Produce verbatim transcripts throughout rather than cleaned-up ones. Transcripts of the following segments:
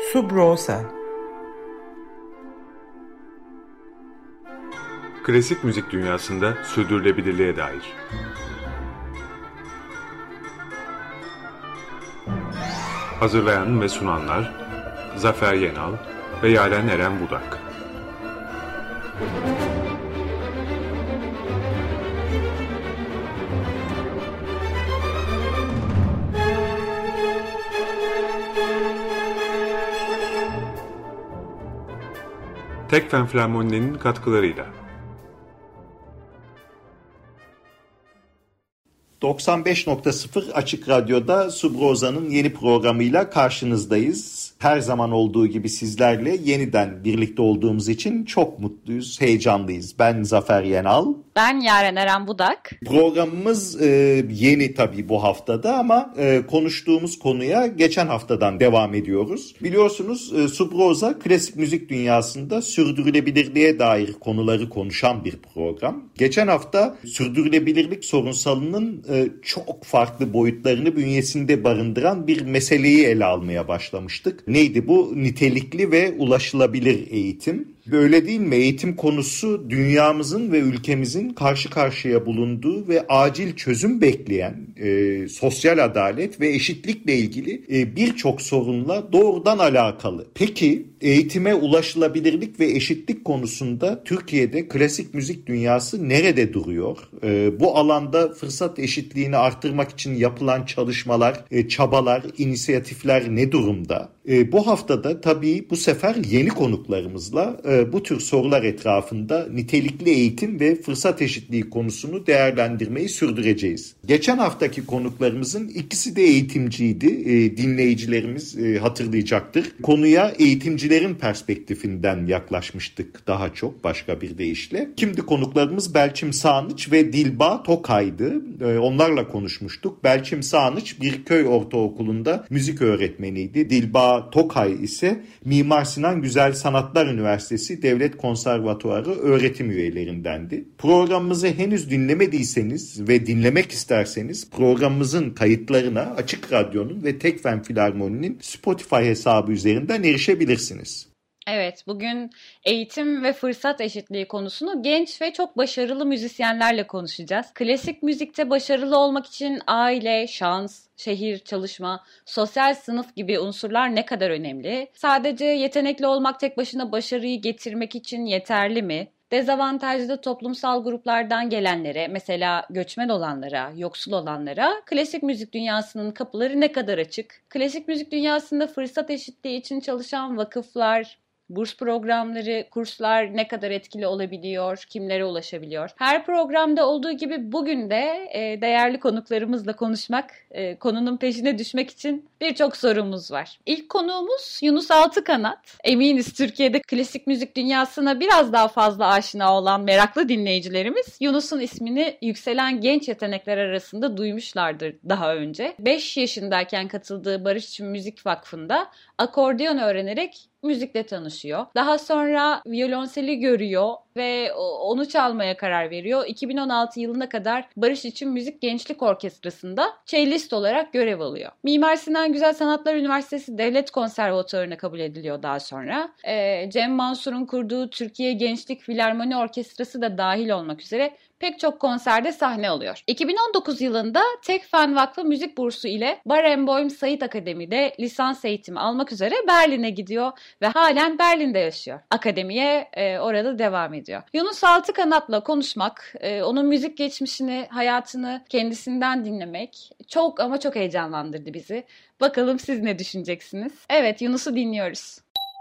Subrosa. Klasik müzik dünyasında sürdürülebilirliğe dair. Hazırlayan ve sunanlar Zafer Yenal ve Yaren Eren Budak. Tekfen Filarmoni'nin katkılarıyla. doksan beş nokta sıfır Açık Radyo'da Subroza'nın yeni programıyla karşınızdayız. Her zaman olduğu gibi sizlerle yeniden birlikte olduğumuz için çok mutluyuz, heyecanlıyız. Ben Zafer Yenal. Ben Yaren Eren Budak. Programımız e, yeni tabii bu haftada ama e, konuştuğumuz konuya geçen haftadan devam ediyoruz. Biliyorsunuz e, Subroza klasik müzik dünyasında sürdürülebilirliğe dair konuları konuşan bir program. Geçen hafta sürdürülebilirlik sorunsalının e, çok farklı boyutlarını bünyesinde barındıran bir meseleyi ele almaya başlamıştık. Neydi bu? Nitelikli ve ulaşılabilir eğitim. Böyle değil mi? Eğitim konusu dünyamızın ve ülkemizin karşı karşıya bulunduğu ve acil çözüm bekleyen e, sosyal adalet ve eşitlikle ilgili e, birçok sorunla doğrudan alakalı. Peki eğitime ulaşılabilirlik ve eşitlik konusunda Türkiye'de klasik müzik dünyası nerede duruyor? E, bu alanda fırsat eşitliğini arttırmak için yapılan çalışmalar, e, çabalar, inisiyatifler ne durumda? E, bu haftada tabii bu sefer yeni konuklarımızla e, bu tür sorular etrafında nitelikli eğitim ve fırsat eşitliği konusunu değerlendirmeyi sürdüreceğiz. Geçen haftaki konuklarımızın ikisi de eğitimciydi. E, dinleyicilerimiz e, hatırlayacaktır. Konuya eğitimcilerin perspektifinden yaklaşmıştık daha çok başka bir deyişle. Şimdi konuklarımız Belçim Sağnıç ve Dilba Tokay'dı. E, onlarla konuşmuştuk. Belçim Sağnıç bir köy ortaokulunda müzik öğretmeniydi. Dilba Tokay ise Mimar Sinan Güzel Sanatlar Üniversitesi Devlet Konservatuarı öğretim üyelerindendi. Programımızı henüz dinlemediyseniz ve dinlemek isterseniz programımızın kayıtlarına Açık Radyo'nun ve Tekfen Filarmoni'nin Spotify hesabı üzerinden erişebilirsiniz. Evet, bugün eğitim ve fırsat eşitliği konusunu genç ve çok başarılı müzisyenlerle konuşacağız. Klasik müzikte başarılı olmak için aile, şans, şehir, çalışma, sosyal sınıf gibi unsurlar ne kadar önemli? Sadece yetenekli olmak tek başına başarıyı getirmek için yeterli mi? Dezavantajlı toplumsal gruplardan gelenlere, mesela göçmen olanlara, yoksul olanlara klasik müzik dünyasının kapıları ne kadar açık? Klasik müzik dünyasında fırsat eşitliği için çalışan vakıflar, burs programları, kurslar ne kadar etkili olabiliyor, kimlere ulaşabiliyor? Her programda olduğu gibi bugün de e, değerli konuklarımızla konuşmak, e, konunun peşine düşmek için birçok sorumuz var. İlk konuğumuz Yunus Altıkanat. Eminiz Türkiye'de klasik müzik dünyasına biraz daha fazla aşina olan meraklı dinleyicilerimiz Yunus'un ismini yükselen genç yetenekler arasında duymuşlardır daha önce. beş yaşındayken katıldığı Barış Müzik Vakfı'nda akordeon öğrenerek müzikle tanışıyor. Daha sonra violonseli görüyor ve onu çalmaya karar veriyor. iki bin on altı yılına kadar Barış İçin Müzik Gençlik Orkestrası'nda cellist olarak görev alıyor. Mimar Sinan Güzel Sanatlar Üniversitesi Devlet Konservatuarı'na kabul ediliyor daha sonra. Ee, Cem Mansur'un kurduğu Türkiye Gençlik Filarmoni Orkestrası da dahil olmak üzere pek çok konserde sahne alıyor. iki bin on dokuz yılında Tekfen Vakfı Müzik Bursu ile Barenboim Sait Akademi'de lisans eğitimi almak üzere Berlin'e gidiyor ve halen Berlin'de yaşıyor. Akademiye e, orada devam ediyor. Yunus Altıkanat'la konuşmak, e, onun müzik geçmişini, hayatını kendisinden dinlemek çok ama çok heyecanlandırdı bizi. Bakalım siz ne düşüneceksiniz? Evet, Yunus'u dinliyoruz.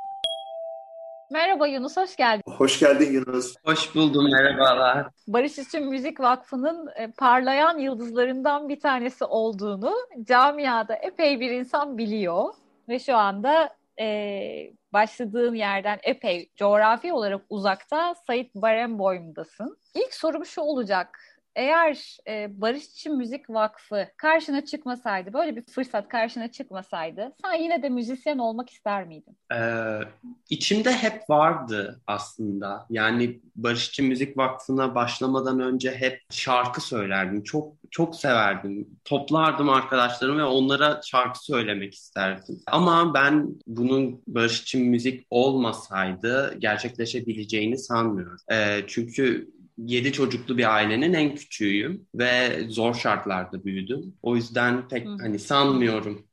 Merhaba Yunus, hoş geldin. Hoş geldin Yunus. Hoş buldum, merhabalar. Barış İçin Müzik Vakfı'nın parlayan yıldızlarından bir tanesi olduğunu camiada epey bir insan biliyor. Ve şu anda e, başladığın yerden epey coğrafi olarak uzakta Sait Barenboim'dasın. İlk sorum şu olacak. Eğer e, Barış için Müzik Vakfı karşına çıkmasaydı, böyle bir fırsat karşına çıkmasaydı, sen yine de müzisyen olmak ister miydin? Ee, içimde hep vardı aslında. Yani Barışçı Müzik Vakfı'na başlamadan önce hep şarkı söylerdim. Çok çok severdim. Toplardım arkadaşlarım ve onlara şarkı söylemek isterdim. Ama ben bunun Barışçı Müzik olmasaydı gerçekleşebileceğini sanmıyorum. Ee, çünkü yedi çocuklu bir ailenin en küçüğüyüm ve zor şartlarda büyüdüm. O yüzden pek Hı. hani sanmıyorum.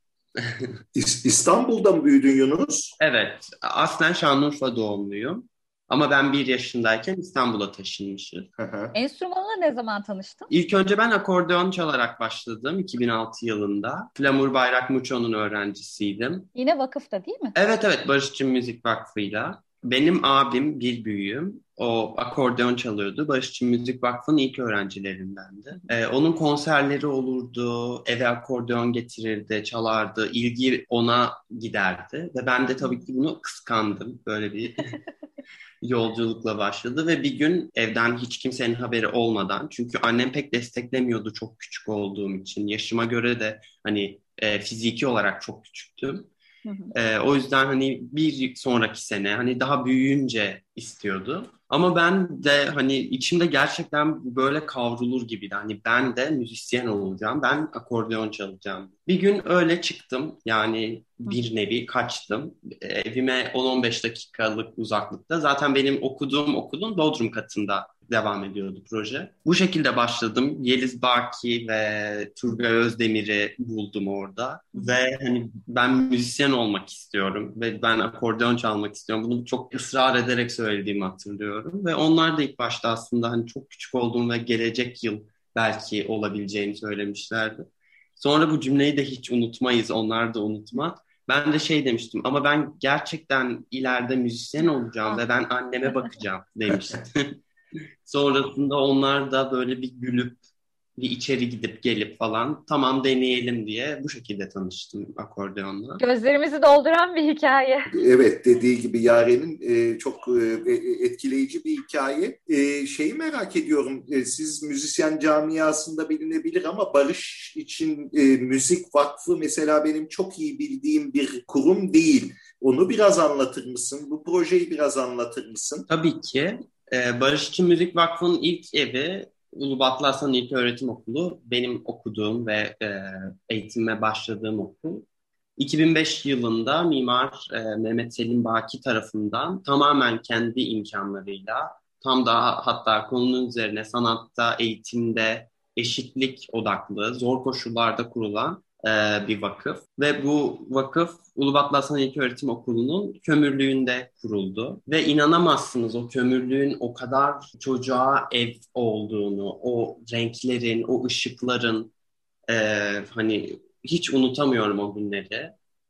İs- İstanbul'da mı büyüdün Yunus? Evet, aslen Şanlıurfa doğumluyum. Ama ben bir yaşındayken İstanbul'a taşınmışım. Hı hı. Enstrümanla ne zaman tanıştın? İlk önce ben akordeon çalarak başladım iki bin altı yılında. Flamur Bayrak Muço'nun öğrencisiydim. Yine vakıfta değil mi? Evet evet Barışçı Müzik Vakfı'yla. Benim abim bir büyüğüm. O akordeon çalıyordu. Barışçı Müzik Vakfı'nın ilk öğrencilerindendi. Ee, onun konserleri olurdu. Eve akordeon getirirdi, çalardı. İlgi ona giderdi. Ve ben de tabii ki bunu kıskandım. Böyle bir yolculukla başladı ve bir gün evden hiç kimsenin haberi olmadan, çünkü annem pek desteklemiyordu çok küçük olduğum için. Yaşıma göre de hani e, fiziki olarak çok küçüktüm. Hı hı. Ee, o yüzden hani bir sonraki sene hani daha büyüyünce istiyordu. Ama ben de hani içimde gerçekten böyle kavrulur gibiydi. Hani ben de müzisyen olacağım, ben akordeon çalacağım. Bir gün öyle çıktım, yani bir nevi kaçtım. Evime on on beş dakikalık uzaklıkta. Zaten benim okuduğum okulun Bodrum katında devam ediyordu proje. Bu şekilde başladım. Yeliz Baki ve Turgay Özdemir'i buldum orada. Ve hani ben müzisyen olmak istiyorum ve ben akordeon çalmak istiyorum. Bunu çok ısrar ederek söylediğimi hatırlıyorum. Ve onlar da ilk başta aslında hani çok küçük olduğum ve gelecek yıl belki olabileceğini söylemişlerdi. Sonra bu cümleyi de hiç unutmayız, onlar da unutmaz. Ben de şey demiştim, ama ben gerçekten ileride müzisyen olacağım ve ben anneme bakacağım demiştim. Sonrasında onlar da böyle bir gülüp bir içeri gidip gelip falan tamam deneyelim diye bu şekilde tanıştım akordeonla. Gözlerimizi dolduran bir hikaye. Evet, dediği gibi Yaren'in e, çok e, etkileyici bir hikaye. E, şeyi merak ediyorum, e, siz müzisyen camiasında bilinebilir ama Barış için e, Müzik Vakfı mesela benim çok iyi bildiğim bir kurum değil. Onu biraz anlatır mısın? Bu projeyi biraz anlatır mısın? Tabii ki. Ee, Barışçı Müzik Vakfı'nın ilk evi Ulubatlı Hasan İlköğretim Okulu. Benim okuduğum ve e, eğitime başladığım okul. iki bin beş yılında Mimar e, Mehmet Selim Baki tarafından tamamen kendi imkanlarıyla, tam da hatta konunun üzerine sanatta, eğitimde eşitlik odaklı, zor koşullarda kurulan e, bir vakıf. Ve bu vakıf Ulubatlı Hasan İlköğretim Okulu'nun kömürlüğünde kuruldu. Ve inanamazsınız, o kömürlüğün o kadar çocuğa ev olduğunu, o renklerin, o ışıkların, e, hani hiç unutamıyorum o günleri.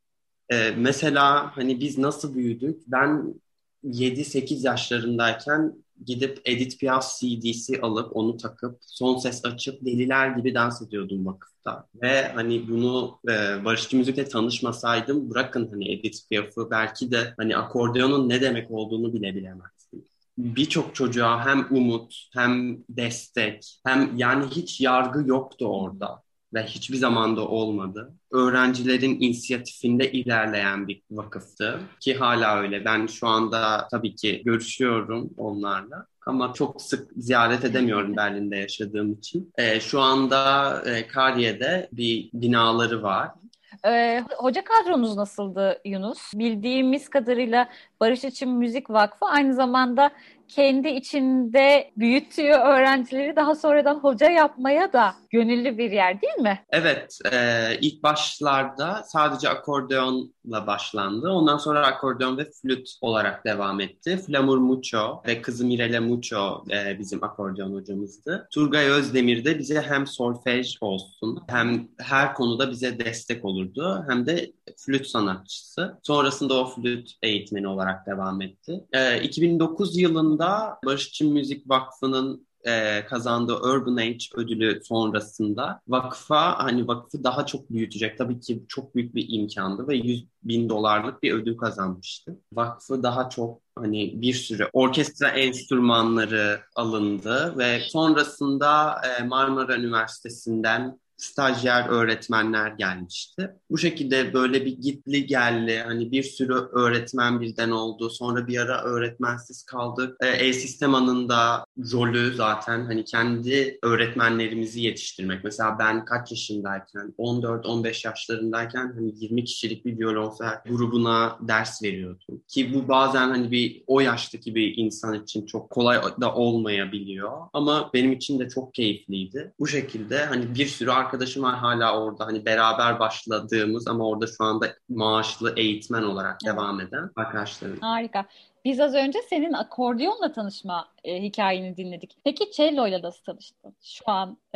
Ee, mesela hani biz nasıl büyüdük? Ben yedi sekiz yaşlarındayken gidip Edith Piaf C D'si alıp onu takıp son ses açıp deliler gibi dans ediyordum vakıfta. Ve hani bunu e, Barışçı Müzik'le tanışmasaydım, bırakın hani Edith Piaf'ı, belki de hani akordeonun ne demek olduğunu bile bilemezdim. Birçok çocuğa hem umut, hem destek, hem yani hiç yargı yoktu orada ve hiçbir zaman da olmadı. Öğrencilerin inisiyatifinde ilerleyen bir vakıftı ki hala öyle. Ben şu anda tabii ki görüşüyorum onlarla ama çok sık ziyaret edemiyorum Berlin'de yaşadığım için. Ee, şu anda e, Kariye'de bir binaları var. Ee, hoca kadronuz nasıldı Yunus? Bildiğimiz kadarıyla Barış için Müzik Vakfı aynı zamanda kendi içinde büyüttüğü öğrencileri daha sonradan hoca yapmaya da gönüllü bir yer değil mi? Evet, e, ilk başlarda sadece akordeonla başlandı. Ondan sonra akordeon ve flüt olarak devam etti. Flamur Muço ve kızı Mirele Muço e, bizim akordeon hocamızdı. Turgay Özdemir de bize hem solfej olsun, hem her konuda bize destek olurdu, hem de flüt sanatçısı. Sonrasında o flüt eğitmeni olarak devam etti. E, iki bin dokuz yılında Barışçı Müzik Vakfı'nın e, kazandığı Urban Age ödülü sonrasında vakfa hani vakfı daha çok büyütecek. Tabii ki çok büyük bir imkandı ve yüz bin dolarlık bir ödül kazanmıştı. Vakfı daha çok hani bir sürü orkestra enstrümanları alındı ve sonrasında e, Marmara Üniversitesi'nden stajyer öğretmenler gelmişti. Bu şekilde böyle bir gitli geldi. Hani bir sürü öğretmen birden oldu. Sonra bir ara öğretmensiz kaldık. E, E-Sistema'nın da rolü zaten hani kendi öğretmenlerimizi yetiştirmek. Mesela ben kaç yaşındayken, on dört on beş yaşlarındayken hani yirmi kişilik bir violonsel grubuna ders veriyordum. Ki bu bazen hani bir o yaştaki bir insan için çok kolay da olmayabiliyor. Ama benim için de çok keyifliydi. Bu şekilde hani bir sürü arkadaşım var hala orada. Hani beraber başladığımız ama orada şu anda maaşlı eğitmen olarak Evet. devam eden arkadaşlarım. Harika. Biz az önce senin akordiyonla tanışma e, hikayeni dinledik. Peki cello'yla nasıl tanıştın? Şu an e,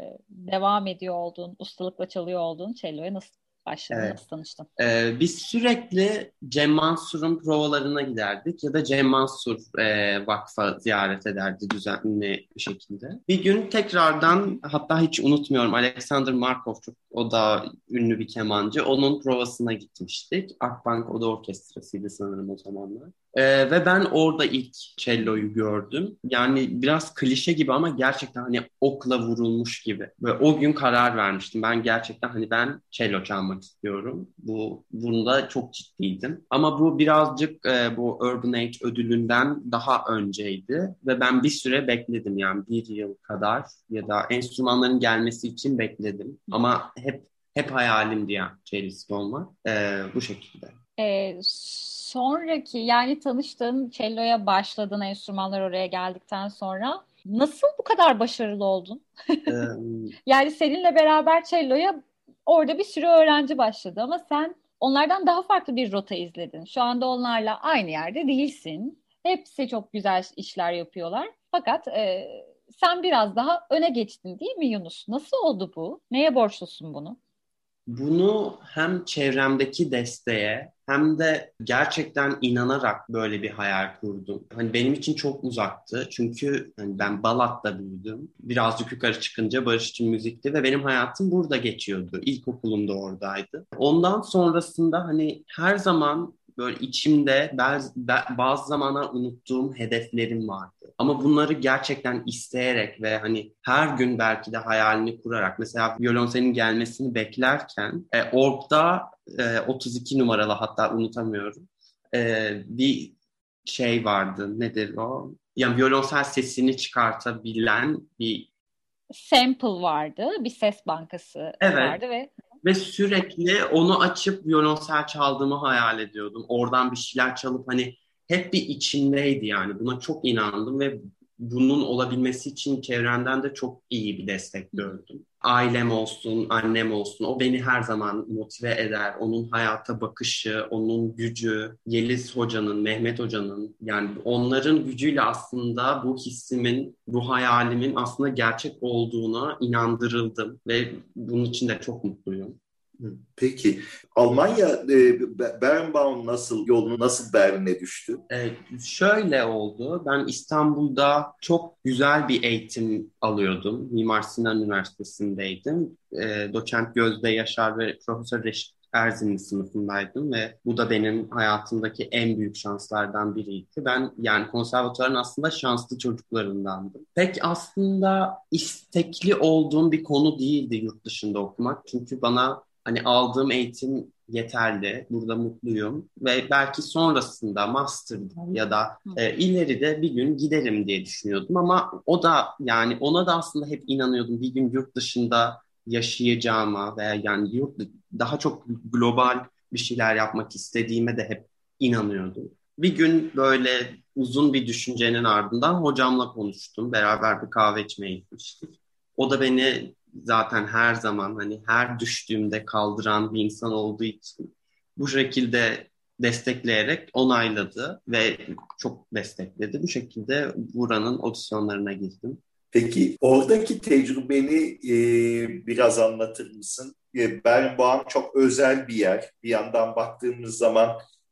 devam ediyor olduğun, ustalıkla çalıyor olduğun cello'ya nasıl başladın, Evet. nasıl tanıştın? Ee, biz sürekli Cem Mansur'un provalarına giderdik ya da Cem Mansur e, vakfa ziyaret ederdi düzenli bir şekilde. Bir gün tekrardan hatta hiç unutmuyorum Alexander Markov çok o da ünlü bir kemancı. Onun provasına gitmiştik. Akbank Oda Orkestrası'ydı sanırım o zamanlar. Ee, ve ben orada ilk cello'yu gördüm. Yani biraz klişe gibi ama gerçekten hani okla vurulmuş gibi. Ve o gün karar vermiştim. Ben gerçekten hani ben cello çalmak istiyorum. Bu bunda çok ciddiydim. Ama bu birazcık e, bu Urban Age ödülünden daha önceydi. Ve ben bir süre bekledim yani bir yıl kadar ya da enstrümanların gelmesi için bekledim. Ama hep hep hayalimdi yani cellist olmak. Ee, bu şekilde. E, sonraki yani tanıştığın cello'ya başladın enstrümanlar oraya geldikten sonra nasıl bu kadar başarılı oldun? Ee, Yani seninle beraber cello'ya orada bir sürü öğrenci başladı ama sen onlardan daha farklı bir rota izledin. Şu anda onlarla aynı yerde değilsin. Hepsi çok güzel işler yapıyorlar. Fakat e, sen biraz daha öne geçtin değil mi Yunus? Nasıl oldu bu? Neye borçlusun bunu? Bunu hem çevremdeki desteğe hem de gerçekten inanarak böyle bir hayal kurdum. Hani benim için çok uzaktı. Çünkü hani ben Balat'ta büyüdüm. Birazcık yukarı çıkınca Barış için müzikti ve benim hayatım burada geçiyordu. İlkokulum da oradaydı. Ondan sonrasında hani her zaman böyle içimde bazı, bazı zamanlar unuttuğum hedeflerim vardı. Ama bunları gerçekten isteyerek ve hani her gün belki de hayalini kurarak mesela violonselin gelmesini beklerken e, orada e, otuz iki numaralı hatta unutamıyorum e, bir şey vardı. Nedir o? Yani violonsel sesini çıkartabilen bir Sample vardı, bir ses bankası evet. vardı ve Ve sürekli onu açıp violonsel çaldığımı hayal ediyordum. Oradan bir şeyler çalıp hani hep bir içimdeydi yani. Buna çok inandım ve bunun olabilmesi için çevremden de çok iyi bir destek gördüm. Ailem olsun, annem olsun o beni her zaman motive eder. Onun hayata bakışı, onun gücü, Yeliz Hoca'nın, Mehmet Hoca'nın yani onların gücüyle aslında bu hissimin, bu hayalimin aslında gerçek olduğuna inandırıldım ve bunun için de çok mutluyum. Peki Almanya e, Birnbaum nasıl yolunu nasıl Berlin'e düştü? Ee, şöyle oldu. Ben İstanbul'da çok güzel bir eğitim alıyordum. Mimar Sinan Üniversitesi'ndeydim. Ee, doçent Gözde Yaşar ve Profesör Reşit Erzin'in sınıfındaydım ve bu da benim hayatımdaki en büyük şanslardan biriydi. Ben yani konservatuvarın aslında şanslı çocuklarındandım. Pek aslında istekli olduğum bir konu değildi yurt dışında okumak. Çünkü bana hani aldığım eğitim yeterli, burada mutluyum ve belki sonrasında master'da ya da e, ileride bir gün giderim diye düşünüyordum ama o da yani ona da aslında hep inanıyordum bir gün yurt dışında yaşayacağıma veya yani yurt daha çok global bir şeyler yapmak istediğime de hep inanıyordum. Bir gün böyle uzun bir düşüncenin ardından hocamla konuştum, beraber bir kahve içmeye gitmiştik. O da beni zaten her zaman hani her düştüğümde kaldıran bir insan olduğu için bu şekilde destekleyerek onayladı ve çok destekledi. Bu şekilde buranın audisyonlarına girdim. Peki oradaki tecrübeni e, biraz anlatır mısın? E, Birnbaum çok özel bir yer. Bir yandan baktığımız zaman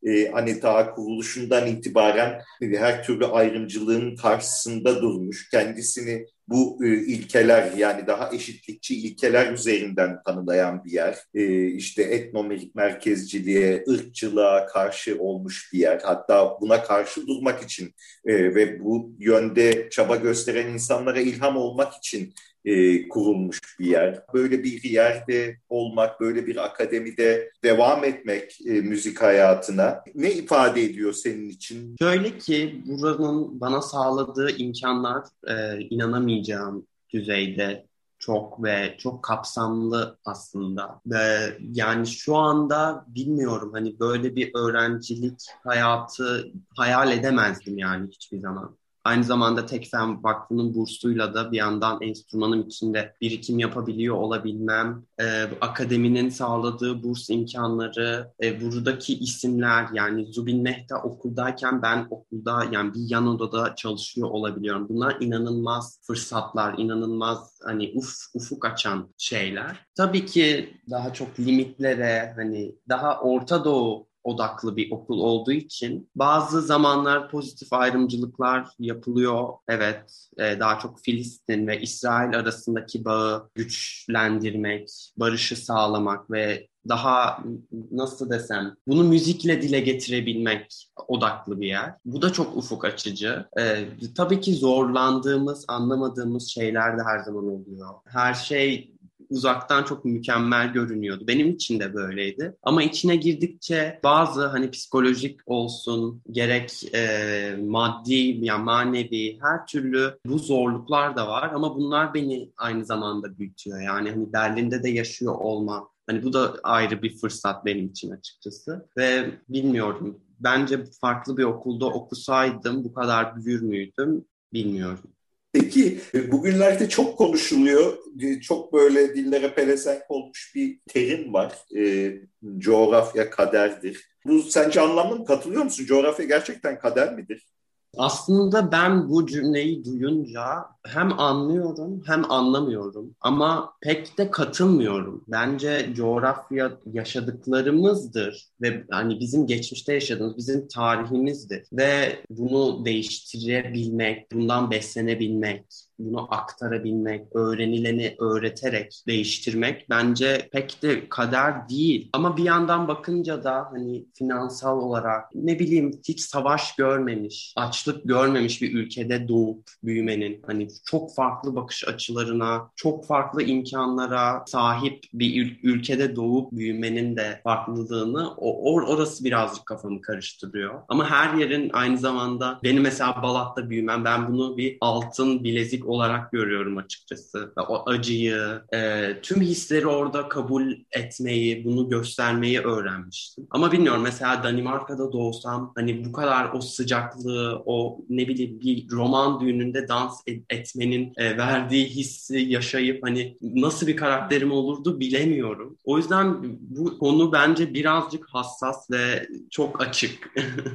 e, hani daha kuruluşundan itibaren her türlü ayrımcılığın karşısında durmuş. Kendisini bu e, ilkeler, yani daha eşitlikçi ilkeler üzerinden tanımlayan bir yer. E, işte etnomik merkezciliğe, ırkçılığa karşı olmuş bir yer. Hatta buna karşı durmak için e, ve bu yönde çaba gösteren insanlara ilham olmak için e, kurulmuş bir yer. Böyle bir yerde olmak, böyle bir akademide devam etmek e, müzik hayatına ne ifade ediyor senin için? Şöyle ki buranın bana sağladığı imkanlar e, inanamayacağım düzeyde çok ve çok kapsamlı aslında. Ve yani şu anda bilmiyorum, hani böyle bir öğrencilik hayatı hayal edemezdim yani hiçbir zaman. Aynı zamanda Tekfen Vakfı'nın bursuyla da bir yandan enstrümanım içinde birikim yapabiliyor olabilmem, e, akademinin sağladığı burs imkanları, e, buradaki isimler, yani Zubin Mehta okuldayken ben okulda yani bir yan odada çalışıyor olabiliyorum. Bunlar inanılmaz fırsatlar, inanılmaz hani uf, ufuk açan şeyler. Tabii ki daha çok limitlere, hani daha Orta Doğu odaklı bir okul olduğu için bazı zamanlar pozitif ayrımcılıklar yapılıyor. Evet, e, daha çok Filistin ve İsrail arasındaki bağı güçlendirmek, barışı sağlamak ve daha nasıl desem bunu müzikle dile getirebilmek odaklı bir yer. Bu da çok ufuk açıcı. E, tabii ki zorlandığımız, anlamadığımız şeyler de her zaman oluyor. Her şey uzaktan çok mükemmel görünüyordu. Benim için de böyleydi. Ama içine girdikçe bazı hani psikolojik olsun, gerek e, maddi ya manevi her türlü bu zorluklar da var. Ama bunlar beni aynı zamanda büyütüyor. Yani hani Berlin'de de yaşıyor olma. Hani bu da ayrı bir fırsat benim için açıkçası. Ve bilmiyorum. Bence farklı bir okulda okusaydım bu kadar büyür müydüm? Bilmiyorum. Peki bugünlerde çok konuşuluyor, çok böyle dillere pelesenk olmuş bir terim var. E, coğrafya kaderdir. Bu sence anlamlı mı? Katılıyor musun? Coğrafya gerçekten kader midir? Aslında ben bu cümleyi duyunca hem anlıyorum hem anlamıyorum ama pek de katılmıyorum. Bence coğrafya yaşadıklarımızdır ve hani bizim geçmişte yaşadığımız bizim tarihimizdir ve bunu değiştirebilmek, bundan beslenebilmek, bunu aktarabilmek, öğrenileni öğreterek değiştirmek bence pek de kader değil. Ama bir yandan bakınca da hani finansal olarak ne bileyim hiç savaş görmemiş, açlık görmemiş bir ülkede doğup büyümenin hani çok farklı bakış açılarına, çok farklı imkanlara sahip bir ül- ülkede doğup büyümenin de farklılığını o or- orası birazcık kafamı karıştırıyor. Ama her yerin aynı zamanda benim mesela Balat'ta büyümem, ben bunu bir altın bilezik olarak görüyorum açıkçası. O acıyı, e, tüm hisleri orada kabul etmeyi, bunu göstermeyi öğrenmiştim. Ama bilmiyorum, mesela Danimarka'da doğsam hani bu kadar o sıcaklığı, o ne bileyim bir roman düğününde dans et- etmenin e, verdiği hissi yaşayıp hani nasıl bir karakterim olurdu bilemiyorum. O yüzden bu konu bence birazcık hassas ve çok açık.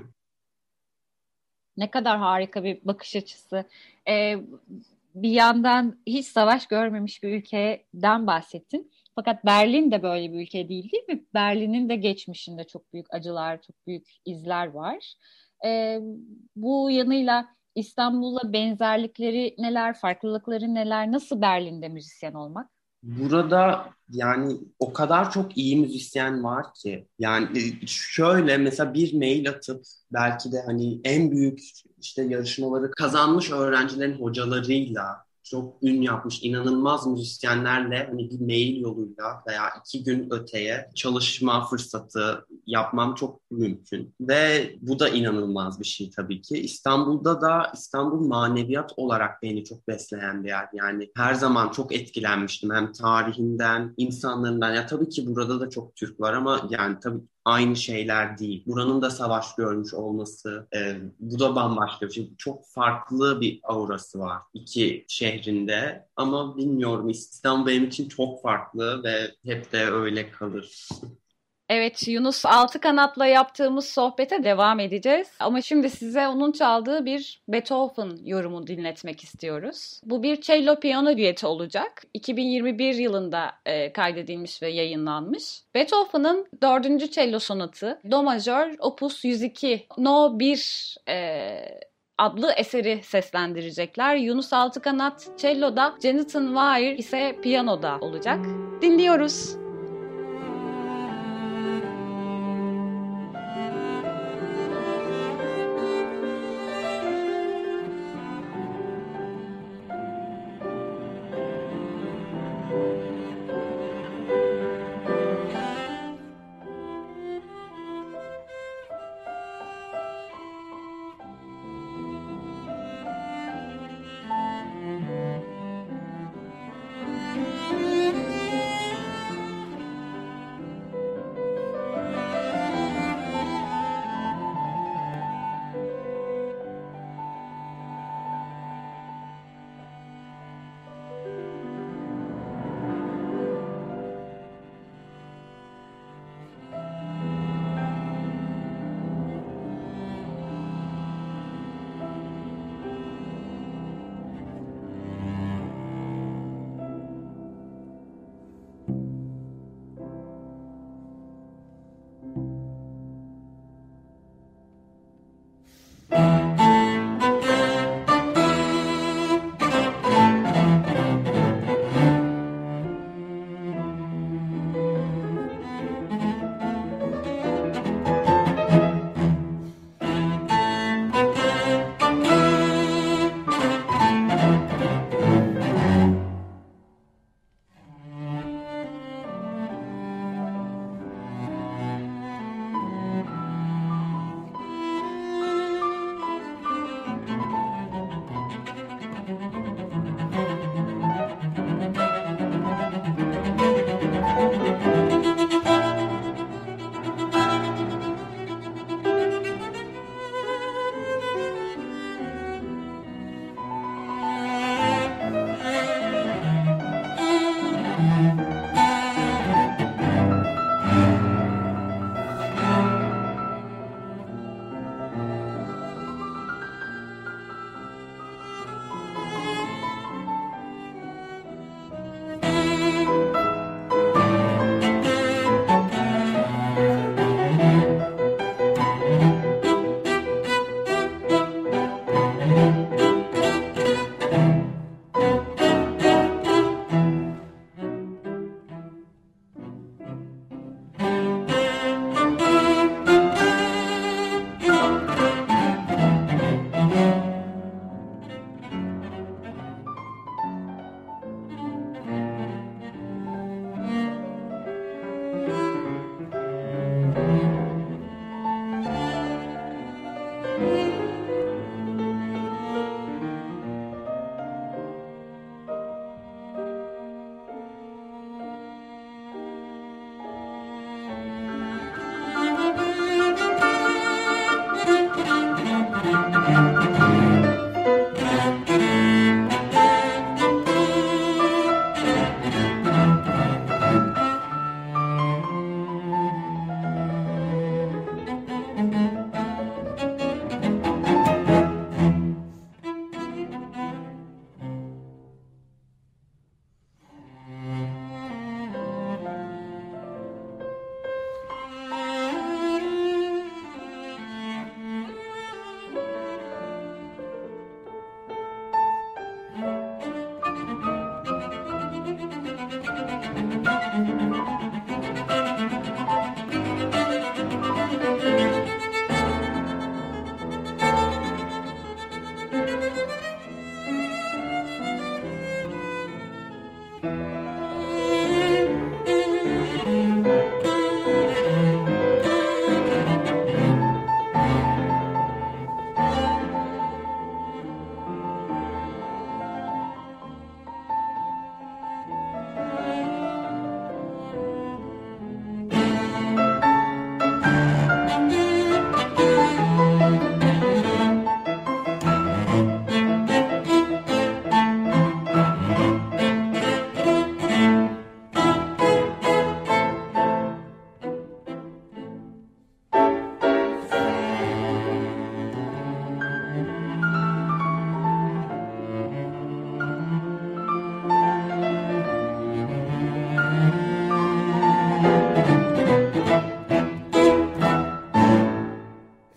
Ne kadar harika bir bakış açısı. Ee, Bir yandan hiç savaş görmemiş bir ülkeden bahsettin. Fakat Berlin de böyle bir ülke değil, değil mi? Berlin'in de geçmişinde çok büyük acılar, çok büyük izler var. Ee, Bu yanıyla İstanbul'la benzerlikleri neler, farklılıkları neler? Nasıl Berlin'de müzisyen olmak? Burada yani o kadar çok iyi müzisyen var ki, yani e, şöyle mesela bir mail atıp belki de hani en büyük işte yarışmaları kazanmış öğrencilerin hocalarıyla çok ün yapmış inanılmaz müzisyenlerle hani bir mail yoluyla veya iki gün öteye çalışma fırsatı yapmam çok mümkün. Ve bu da inanılmaz bir şey tabii ki. İstanbul'da da İstanbul maneviyat olarak beni çok besleyen bir yer. Yani her zaman çok etkilenmiştim hem tarihinden, insanlarından. Ya tabii ki burada da çok Türk var ama yani tabii aynı şeyler değil. Buranın da savaş görmüş olması, e, bu da bambaşka bir şey. Çok farklı bir aurası var iki şehrinde. Ama bilmiyorum, İstanbul benim için çok farklı ve hep de öyle kalır. Evet, Yunus Altıkanat'la yaptığımız sohbete devam edeceğiz. Ama şimdi size onun çaldığı bir Beethoven yorumu dinletmek istiyoruz. Bu bir cello piyano düeti olacak. iki bin yirmi bir yılında e, kaydedilmiş ve yayınlanmış. Beethoven'ın dördüncü cello sonatı Do majör opus yüz iki no bir e, adlı eseri seslendirecekler. Yunus Altıkanat cello'da, Jonathan Weir ise piyanoda olacak. Dinliyoruz.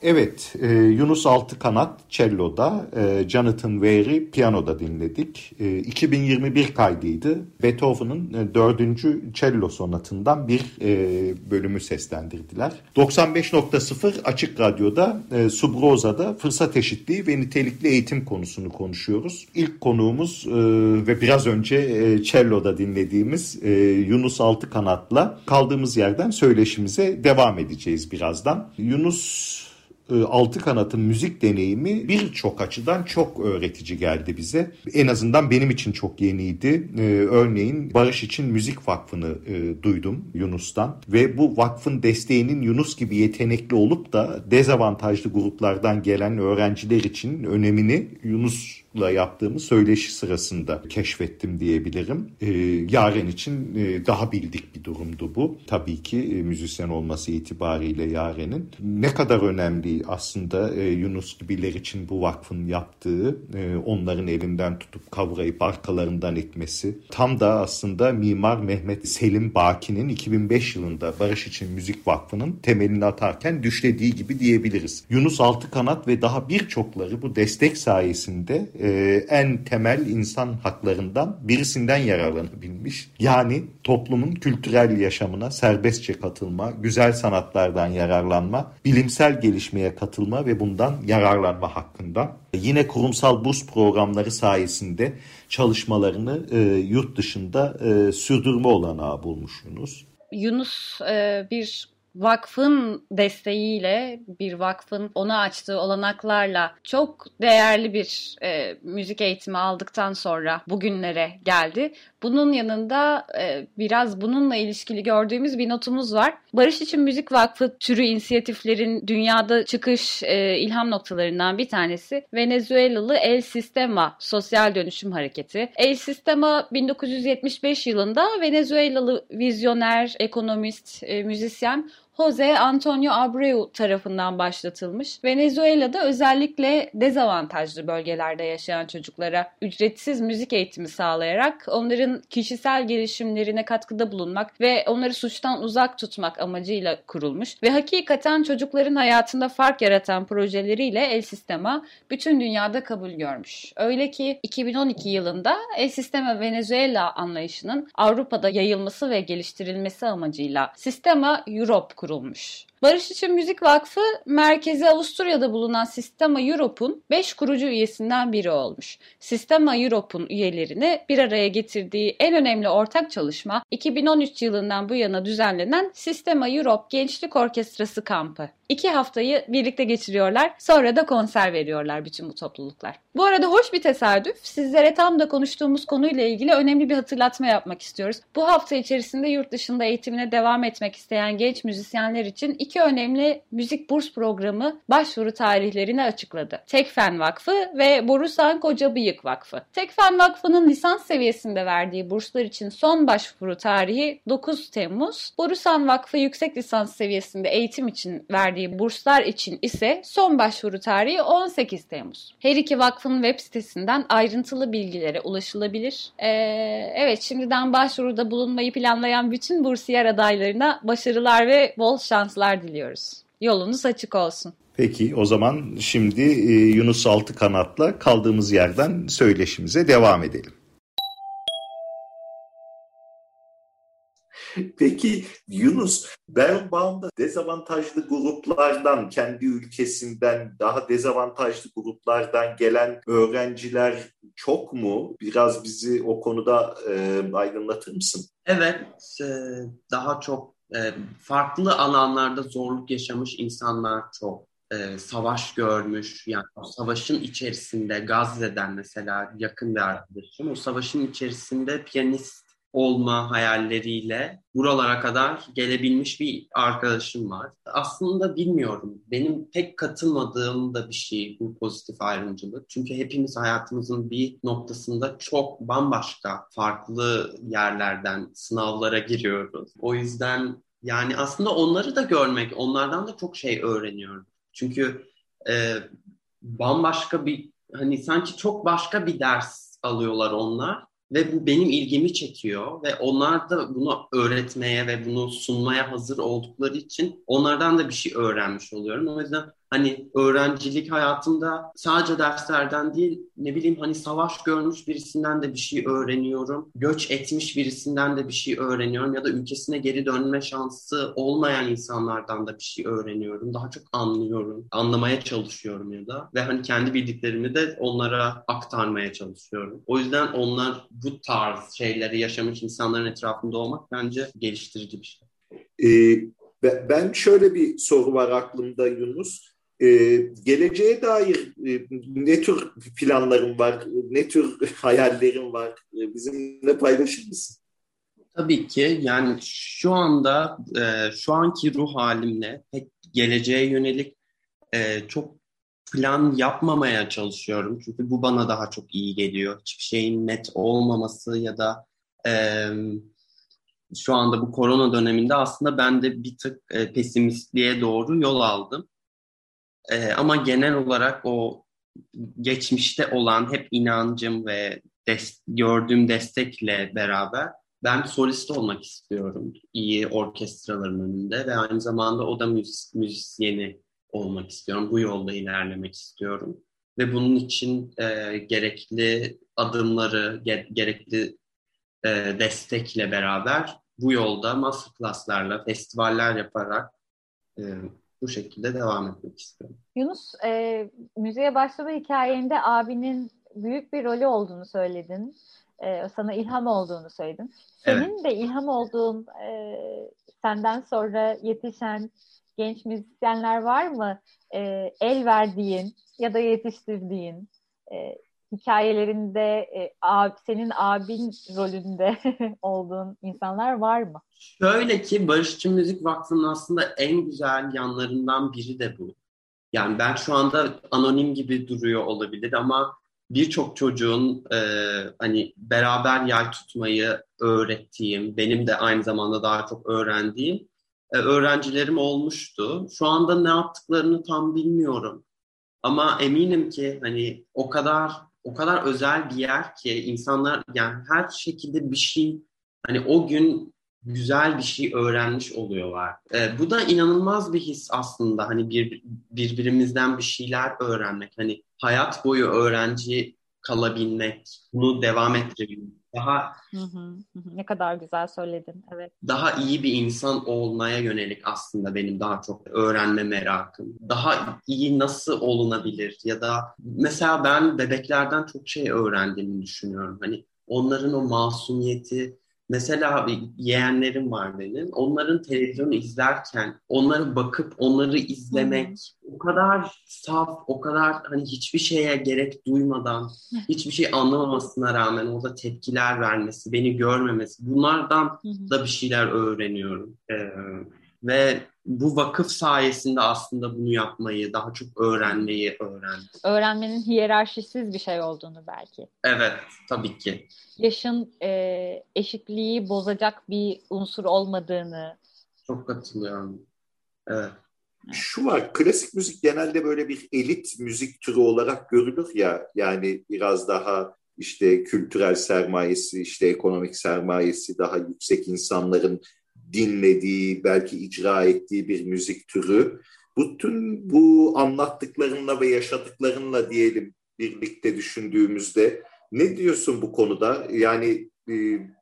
Evet, e, Yunus Altıkanat cello'da, e, Jonathan Weary piyanoda dinledik. E, iki bin yirmi bir kaydıydı. Beethoven'ın e, dördüncü cello sonatından bir e, bölümü seslendirdiler. doksan beş nokta sıfır Açık Radyo'da, e, Subroza'da fırsat eşitliği ve nitelikli eğitim konusunu konuşuyoruz. İlk konuğumuz e, ve biraz önce e, cello'da dinlediğimiz e, Yunus Altıkanat'la kaldığımız yerden söyleşimize devam edeceğiz birazdan. Yunus Altıkanat'ın müzik deneyimi birçok açıdan çok öğretici geldi bize. En azından benim için çok yeniydi. Ee, örneğin Barış İçin Müzik Vakfı'nı e, duydum Yunus'tan ve bu vakfın desteğinin Yunus gibi yetenekli olup da dezavantajlı gruplardan gelen öğrenciler için önemini Yunus'la yaptığımız söyleşi sırasında keşfettim diyebilirim. Ee, Yaren için e, daha bildik bir durumdu bu. Tabii ki e, müzisyen olması itibariyle Yaren'in. Ne kadar önemli aslında e, Yunus gibiler için bu vakfın yaptığı, e, onların elinden tutup kavrayıp arkalarından itmesi. Tam da aslında Mimar Mehmet Selim Baki'nin iki bin beş yılında Barış İçin Müzik Vakfı'nın temelini atarken düşlediği gibi diyebiliriz. Yunus Altıkanat ve daha birçokları bu destek sayesinde e, en temel insan haklarından birisinden yararlanabilmiş. Yani toplumun kültürel yaşamına serbestçe katılma, güzel sanatlardan yararlanma, bilimsel gelişmeye katılma ve bundan yararlanma hakkında. Yine kurumsal burs programları sayesinde çalışmalarını e, yurt dışında e, sürdürme olanağı bulmuş Yunus. Yunus e, bir vakfın desteğiyle, bir vakfın ona açtığı olanaklarla çok değerli bir e, müzik eğitimi aldıktan sonra bugünlere geldi. Bunun yanında e, biraz bununla ilişkili gördüğümüz bir notumuz var. Barış İçin Müzik Vakfı türü inisiyatiflerin dünyada çıkış e, ilham noktalarından bir tanesi Venezuelalı El Sistema Sosyal Dönüşüm Hareketi. El Sistema bin dokuz yüz yetmiş beş yılında Venezuelalı vizyoner, ekonomist, e, müzisyen Jose Antonio Abreu tarafından başlatılmış. Venezuela'da özellikle dezavantajlı bölgelerde yaşayan çocuklara ücretsiz müzik eğitimi sağlayarak onların kişisel gelişimlerine katkıda bulunmak ve onları suçtan uzak tutmak amacıyla kurulmuş ve hakikaten çocukların hayatında fark yaratan projeleriyle El Sistema bütün dünyada kabul görmüş. Öyle ki iki bin on iki yılında El Sistema Venezuela anlayışının Avrupa'da yayılması ve geliştirilmesi amacıyla Sistema Europe kurulmuş. Barış İçin Müzik Vakfı, merkezi Avusturya'da bulunan Sistema Europe'un beş kurucu üyesinden biri olmuş. Sistema Europe'un üyelerini bir araya getirdiği en önemli ortak çalışma iki bin on üç yılından bu yana düzenlenen Sistema Europe Gençlik Orkestrası kampı. İki haftayı birlikte geçiriyorlar, sonra da konser veriyorlar bütün bu topluluklar. Bu arada hoş bir tesadüf, sizlere tam da konuştuğumuz konuyla ilgili önemli bir hatırlatma yapmak istiyoruz. Bu hafta içerisinde yurt dışında eğitimine devam etmek isteyen genç müzisyenler için iki önemli müzik burs programı başvuru tarihlerini açıkladı. Tekfen Vakfı ve Borusan Kocabıyık Vakfı. Tekfen Vakfı'nın lisans seviyesinde verdiği burslar için son başvuru tarihi dokuz Temmuz, Borusan Vakfı yüksek lisans seviyesinde eğitim için verdiği burslar için ise son başvuru tarihi on sekiz Temmuz. Her iki vakfın web sitesinden ayrıntılı bilgilere ulaşılabilir. Ee, evet, şimdiden başvuruda bulunmayı planlayan bütün bursiyer adaylarına başarılar ve bol şanslar diliyoruz. Yolunuz açık olsun. Peki o zaman şimdi e, Yunus Altıkanat'la kaldığımız yerden söyleşimize devam edelim. Peki Yunus, Bergman'da dezavantajlı gruplardan, kendi ülkesinden daha dezavantajlı gruplardan gelen öğrenciler çok mu? Biraz bizi o konuda e, aydınlatır mısın? Evet, e, daha çok e, farklı alanlarda zorluk yaşamış insanlar çok. E, savaş görmüş, yani o savaşın içerisinde Gazze'den mesela yakın bir arkadaşım, o savaşın içerisinde piyanist olma hayalleriyle buralara kadar gelebilmiş bir arkadaşım var. Aslında bilmiyorum, benim pek katılmadığım da bir şey bu pozitif ayrımcılık. Çünkü hepimiz hayatımızın bir noktasında çok bambaşka, farklı yerlerden sınavlara giriyoruz. O yüzden yani aslında onları da görmek, onlardan da çok şey öğreniyorum. Çünkü e, bambaşka bir, hani sanki çok başka bir ders alıyorlar onlar. Ve bu benim ilgimi çekiyor ve onlar da bunu öğretmeye ve bunu sunmaya hazır oldukları için onlardan da bir şey öğrenmiş oluyorum. O yüzden Hani öğrencilik hayatımda sadece derslerden değil, ne bileyim hani savaş görmüş birisinden de bir şey öğreniyorum. Göç etmiş birisinden de bir şey öğreniyorum. Ya da ülkesine geri dönme şansı olmayan insanlardan da bir şey öğreniyorum. Daha çok anlıyorum, anlamaya çalışıyorum ya da. Ve hani kendi bildiklerimi de onlara aktarmaya çalışıyorum. O yüzden onlar bu tarz şeyleri yaşamış insanların etrafında olmak bence geliştirici bir şey. Ee, ben şöyle bir soru var aklımda Yunus. Ee, geleceğe dair e, ne tür planların var, ne tür hayallerin var? Ee, bizimle paylaşır mısın? Tabii ki yani şu anda e, şu anki ruh halimle pek geleceğe yönelik e, çok plan yapmamaya çalışıyorum. Çünkü bu bana daha çok iyi geliyor. Hiçbir şeyin net olmaması ya da e, şu anda bu korona döneminde aslında ben de bir tık e, pesimistliğe doğru yol aldım. E, ama genel olarak o geçmişte olan hep inancım ve des- gördüğüm destekle beraber ben solist olmak istiyorum. İyi orkestraların önünde ve aynı zamanda o da müzis- müzisyeni olmak istiyorum. Bu yolda ilerlemek istiyorum. Ve bunun için e, gerekli adımları, ge- gerekli e, destekle beraber bu yolda masterclasslarla, festivaller yaparak e, bu şekilde devam etmek istiyorum. Yunus, e, müziğe başlama hikayende abinin büyük bir rolü olduğunu söyledin. E, sana ilham olduğunu söyledin. Evet. Senin de ilham olduğun, e, senden sonra yetişen genç müzisyenler var mı? E, el verdiğin ya da yetiştirdiğin, e, hikayelerinde e, ab, senin abin rolünde olduğun insanlar var mı? Şöyle ki Barışçı Müzik Vakfı'nın aslında en güzel yanlarından biri de bu. Yani ben şu anda anonim gibi duruyor olabilir ama birçok çocuğun e, hani beraber yay tutmayı öğrettiğim, benim de aynı zamanda daha çok öğrendiğim e, öğrencilerim olmuştu. Şu anda ne yaptıklarını tam bilmiyorum. Ama eminim ki hani o kadar o kadar özel bir yer ki insanlar yani her şekilde bir şey hani o gün güzel bir şey öğrenmiş oluyorlar. Ee, bu da inanılmaz bir his aslında hani bir birbirimizden bir şeyler öğrenmek. Hani hayat boyu öğrenci kalabilmek, bunu devam ettirebilmek. Daha Hı hı, hı hı. Ne kadar güzel söyledin. Evet. daha iyi bir insan olmaya yönelik aslında benim daha çok öğrenme merakım. Daha iyi nasıl olunabilir ya da mesela ben bebeklerden çok şey öğrendiğimi düşünüyorum. Hani onların o masumiyeti mesela yeğenlerim var benim. Onların televizyonu izlerken onlara bakıp onları Hı hı. izlemek o kadar saf, o kadar hani hiçbir şeye gerek duymadan hiçbir şey anlamamasına rağmen orada tepkiler vermesi, beni görmemesi, bunlardan Hı hı. da bir şeyler öğreniyorum. Ee, ve bu vakıf sayesinde aslında bunu yapmayı, daha çok öğrenmeyi öğrendim. Öğrenmenin hiyerarşisiz bir şey olduğunu belki. Evet, tabii ki. Yaşın e, eşitliği bozacak bir unsur olmadığını. Çok katılıyorum. Evet. Şu var, klasik müzik genelde böyle bir elit müzik türü olarak görülür ya, yani biraz daha işte kültürel sermayesi, işte ekonomik sermayesi daha yüksek insanların dinlediği, belki icra ettiği bir müzik türü. Bütün bu anlattıklarınla ve yaşadıklarınla diyelim birlikte düşündüğümüzde ne diyorsun bu konuda? Yani e,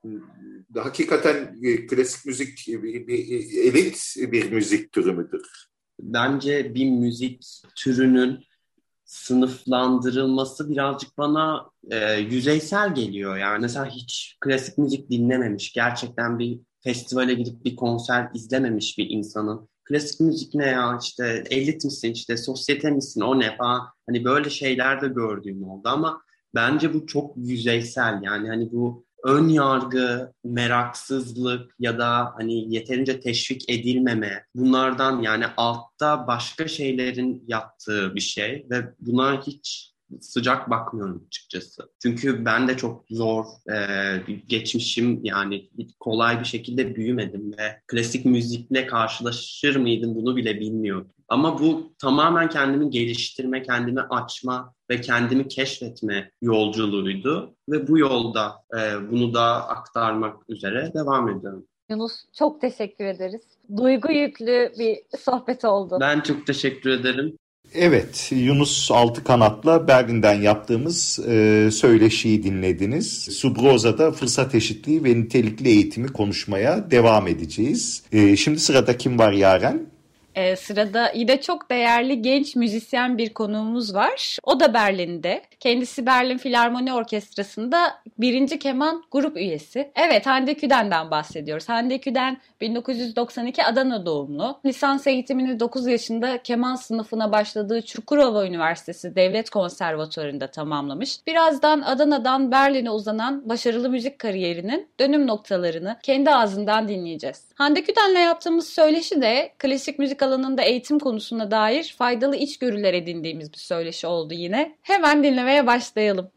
hakikaten e, klasik müzik e, bir, bir, elit bir müzik türü müdür? Bence bir müzik türünün sınıflandırılması birazcık bana e, yüzeysel geliyor. Yani mesela hiç klasik müzik dinlememiş, gerçekten bir festivale gidip bir konser izlememiş bir insanın klasik müzik ne ya işte elit misin işte sosyete misin o ne falan hani böyle şeyler de gördüğüm oldu ama bence bu çok yüzeysel yani hani bu ön yargı, meraksızlık ya da hani yeterince teşvik edilmeme bunlardan yani altta başka şeylerin yattığı bir şey ve buna hiç sıcak bakmıyorum açıkçası. Çünkü ben de çok zor e, geçmişim yani kolay bir şekilde büyümedim ve klasik müzikle karşılaşır mıydım bunu bile bilmiyordum. Ama bu tamamen kendimi geliştirme, kendimi açma ve kendimi keşfetme yolculuğuydu ve bu yolda e, bunu da aktarmak üzere devam ediyorum. Yunus, çok teşekkür ederiz. Duygu yüklü bir sohbet oldu. Ben çok teşekkür ederim. Evet, Yunus Altıkanat'la Berlin'den yaptığımız e, söyleşiyi dinlediniz. Subroza'da fırsat eşitliği ve nitelikli eğitimi konuşmaya devam edeceğiz. E, şimdi sırada kim var Yaren? Ee, sırada yine çok değerli genç müzisyen bir konuğumuz var. O da Berlin'de. Kendisi Berlin Filarmoni Orkestrası'nda birinci keman grup üyesi. Evet, Hande Küden'den bahsediyoruz. Hande Küden bin dokuz yüz doksan iki Adana doğumlu. Lisans eğitimini dokuz yaşında keman sınıfına başladığı Çukurova Üniversitesi Devlet Konservatuvarı'nda tamamlamış. Birazdan Adana'dan Berlin'e uzanan başarılı müzik kariyerinin dönüm noktalarını kendi ağzından dinleyeceğiz. Hande Küden'le yaptığımız söyleşi de klasik müzik alanında eğitim konusuna dair faydalı içgörüler edindiğimiz bir söyleşi oldu yine. Hemen dinlemeye başlayalım.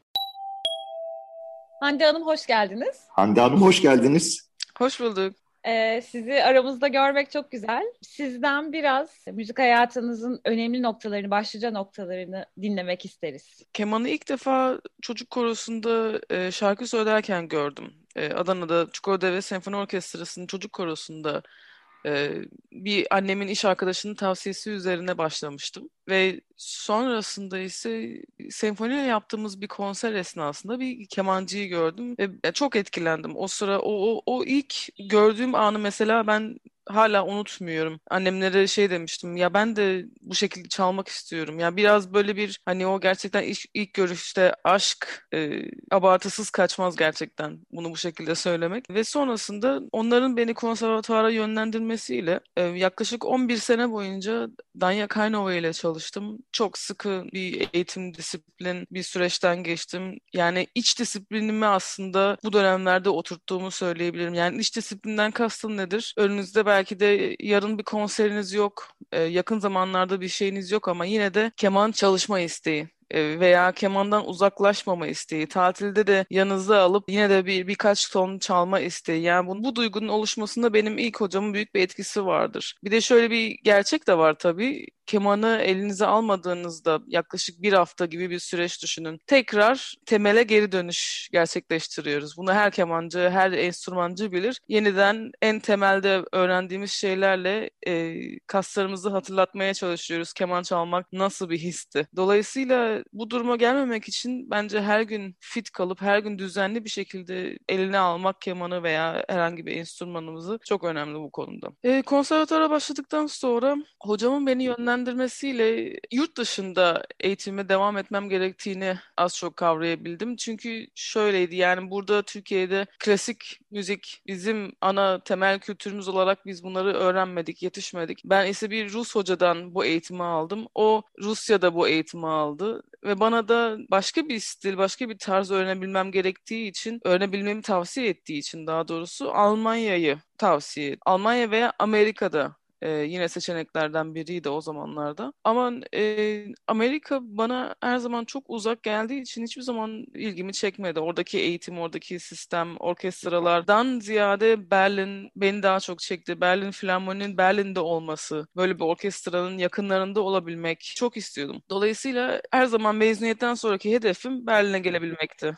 Hande Hanım hoş geldiniz. Hande Hanım hoş geldiniz. Hoş bulduk. Ee, sizi aramızda görmek çok güzel. Sizden biraz müzik hayatınızın önemli noktalarını, başlıca noktalarını dinlemek isteriz. Kemanı ilk defa çocuk korosunda e, şarkı söylerken gördüm. E, Adana'da Çukurova'da Senfoni Orkestrası'nın çocuk korosunda e, bir annemin iş arkadaşının tavsiyesi üzerine başlamıştım. Ve sonrasında ise senfoniyle yaptığımız bir konser esnasında bir kemancıyı gördüm ve çok etkilendim. O sıra o, o, o ilk gördüğüm anı mesela ben hala unutmuyorum. Annemlere şey demiştim, ya ben de bu şekilde çalmak istiyorum. Ya biraz böyle bir hani o gerçekten ilk, ilk görüşte aşk e, abartısız kaçmaz gerçekten bunu bu şekilde söylemek. Ve sonrasında onların beni konservatuvara yönlendirmesiyle e, yaklaşık on bir sene boyunca Danya Kainova ile çalıştım. Çok sıkı bir eğitim, disiplin bir süreçten geçtim. Yani iç disiplinimi aslında bu dönemlerde oturttuğumu söyleyebilirim. Yani iç disiplinden kastım nedir? Önünüzde belki de yarın bir konseriniz yok, e, yakın zamanlarda bir şeyiniz yok ama yine de keman çalışma isteği veya kemandan uzaklaşmama isteği, tatilde de yanınıza alıp yine de bir birkaç ton çalma isteği. Yani bu, bu duygunun oluşmasında benim ilk hocamın büyük bir etkisi vardır. Bir de şöyle bir gerçek de var tabii. Kemanı elinize almadığınızda yaklaşık bir hafta gibi bir süreç düşünün. Tekrar temele geri dönüş gerçekleştiriyoruz. Bunu her kemancı, her enstrümancı bilir. Yeniden en temelde öğrendiğimiz şeylerle e, kaslarımızı hatırlatmaya çalışıyoruz. Keman çalmak nasıl bir histi. Dolayısıyla bu duruma gelmemek için bence her gün fit kalıp her gün düzenli bir şekilde eline almak kemanı veya herhangi bir enstrümanımızı çok önemli bu konuda. E, konservatuvara başladıktan sonra hocamın beni yönlendirmesiyle yurt dışında eğitime devam etmem gerektiğini az çok kavrayabildim. Çünkü şöyleydi, yani burada Türkiye'de klasik müzik bizim ana temel kültürümüz olarak biz bunları öğrenmedik, yetişmedik. Ben ise bir Rus hocadan bu eğitimi aldım. O Rusya'da bu eğitimi aldı ve bana da başka bir stil, başka bir tarz öğrenebilmem gerektiği için, öğrenebilmemi tavsiye ettiği için daha doğrusu Almanya'yı tavsiye etti. Almanya veya Amerika'da Ee, yine seçeneklerden biriydi o zamanlarda. Ama e, Amerika bana her zaman çok uzak geldiği için hiçbir zaman ilgimi çekmedi. Oradaki eğitim, oradaki sistem, orkestralardan ziyade Berlin beni daha çok çekti. Berlin Filarmoni'nin Berlin'de olması, böyle bir orkestranın yakınlarında olabilmek çok istiyordum. Dolayısıyla her zaman mezuniyetten sonraki hedefim Berlin'e gelebilmekti.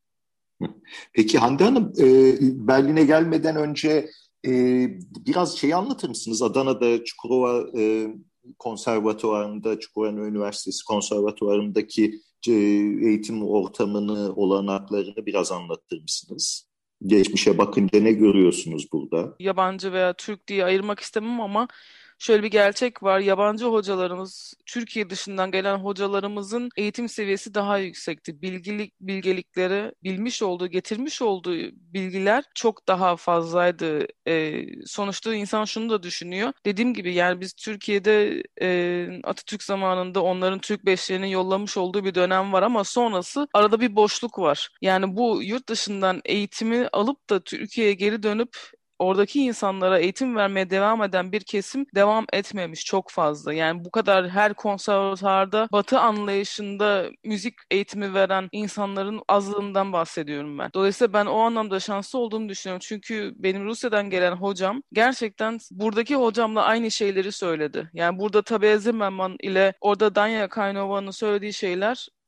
Peki Hande Hanım, e, Berlin'e gelmeden önce Ee, biraz şeyi anlatır mısınız? Adana'da Çukurova e, Konservatuvarı'nda, Çukurova Üniversitesi Konservatuvarı'ndaki e, eğitim ortamını, olanaklarını biraz anlatır mısınız? Geçmişe bakınca ne görüyorsunuz burada? Yabancı veya Türk diye ayırmak istemem ama şöyle bir gerçek var. Yabancı hocalarımız, Türkiye dışından gelen hocalarımızın eğitim seviyesi daha yüksekti. Bilgilik, bilgelikleri, bilmiş olduğu, getirmiş olduğu bilgiler çok daha fazlaydı. Ee, sonuçta insan şunu da düşünüyor. Dediğim gibi yani biz Türkiye'de e, Atatürk zamanında onların Türk beşlerini yollamış olduğu bir dönem var ama sonrası arada bir boşluk var. Yani bu yurt dışından eğitimi alıp da Türkiye'ye geri dönüp oradaki insanlara eğitim vermeye devam eden bir kesim devam etmemiş çok fazla. Yani bu kadar her konservatuarda Batı anlayışında müzik eğitimi veren insanların azlığından bahsediyorum ben. Dolayısıyla ben o anlamda şanslı olduğumu düşünüyorum. Çünkü benim Rusya'dan gelen hocam gerçekten buradaki hocamla aynı şeyleri söyledi. Yani burada Tabea Zimmerman ile orada Danya Kainova'nın söylediği şeyler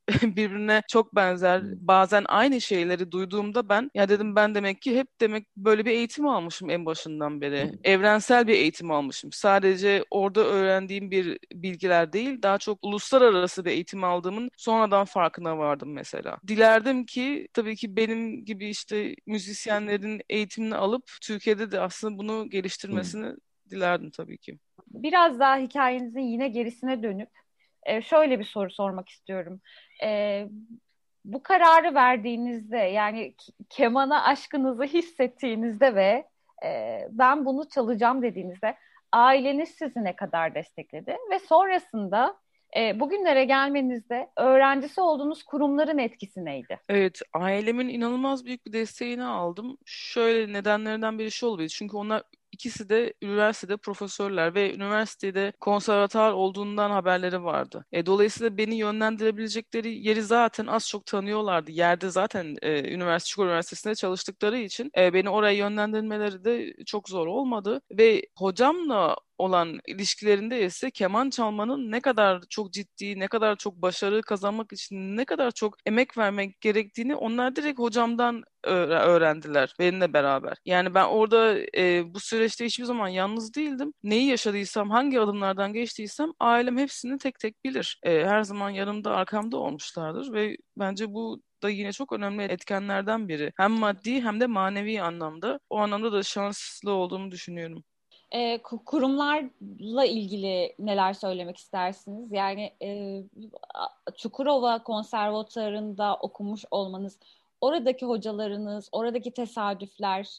birbirine çok benzer, bazen aynı şeyleri duyduğumda ben ya dedim ben demek ki hep demek böyle bir eğitim almışım en başından beri. Evrensel bir eğitim almışım. Sadece orada öğrendiğim bir bilgiler değil, daha çok uluslararası bir eğitim aldığımın sonradan farkına vardım mesela. Dilerdim ki tabii ki benim gibi işte müzisyenlerin eğitimini alıp Türkiye'de de aslında bunu geliştirmesini dilerdim tabii ki. Biraz daha hikayenizin yine gerisine dönüp e, şöyle bir soru sormak istiyorum. E, bu kararı verdiğinizde, yani k- kemana aşkınızı hissettiğinizde ve e, ben bunu çalacağım dediğinizde aileniz sizi ne kadar destekledi ve sonrasında e, bugünlere gelmenizde öğrencisi olduğunuz kurumların etkisi neydi? Evet, ailemin inanılmaz büyük bir desteğini aldım. Şöyle nedenlerinden biri şu olabilir. Çünkü onlar ikisi de üniversitede profesörler ve üniversitede konservatuar olduğundan haberleri vardı. E, dolayısıyla beni yönlendirebilecekleri yeri zaten az çok tanıyorlardı. Yerde zaten e, üniversite, Çukurova Üniversitesi'nde çalıştıkları için e, beni oraya yönlendirmeleri de çok zor olmadı. Ve hocamla olan ilişkilerinde ise keman çalmanın ne kadar çok ciddi, ne kadar çok başarı kazanmak için ne kadar çok emek vermek gerektiğini onlar direkt hocamdan öğre- öğrendiler benimle beraber. Yani ben orada e, bu süreçte hiçbir zaman yalnız değildim. Neyi yaşadıysam, hangi adımlardan geçtiysem ailem hepsini tek tek bilir. E, her zaman yanımda, arkamda olmuşlardır ve bence bu da yine çok önemli etkenlerden biri. Hem maddi hem de manevi anlamda. O anlamda da şanslı olduğumu düşünüyorum. E, ku- kurumlarla ilgili neler söylemek istersiniz? Yani e, a- Çukurova Konservatuarı'nda okumuş olmanız, oradaki hocalarınız, oradaki tesadüfler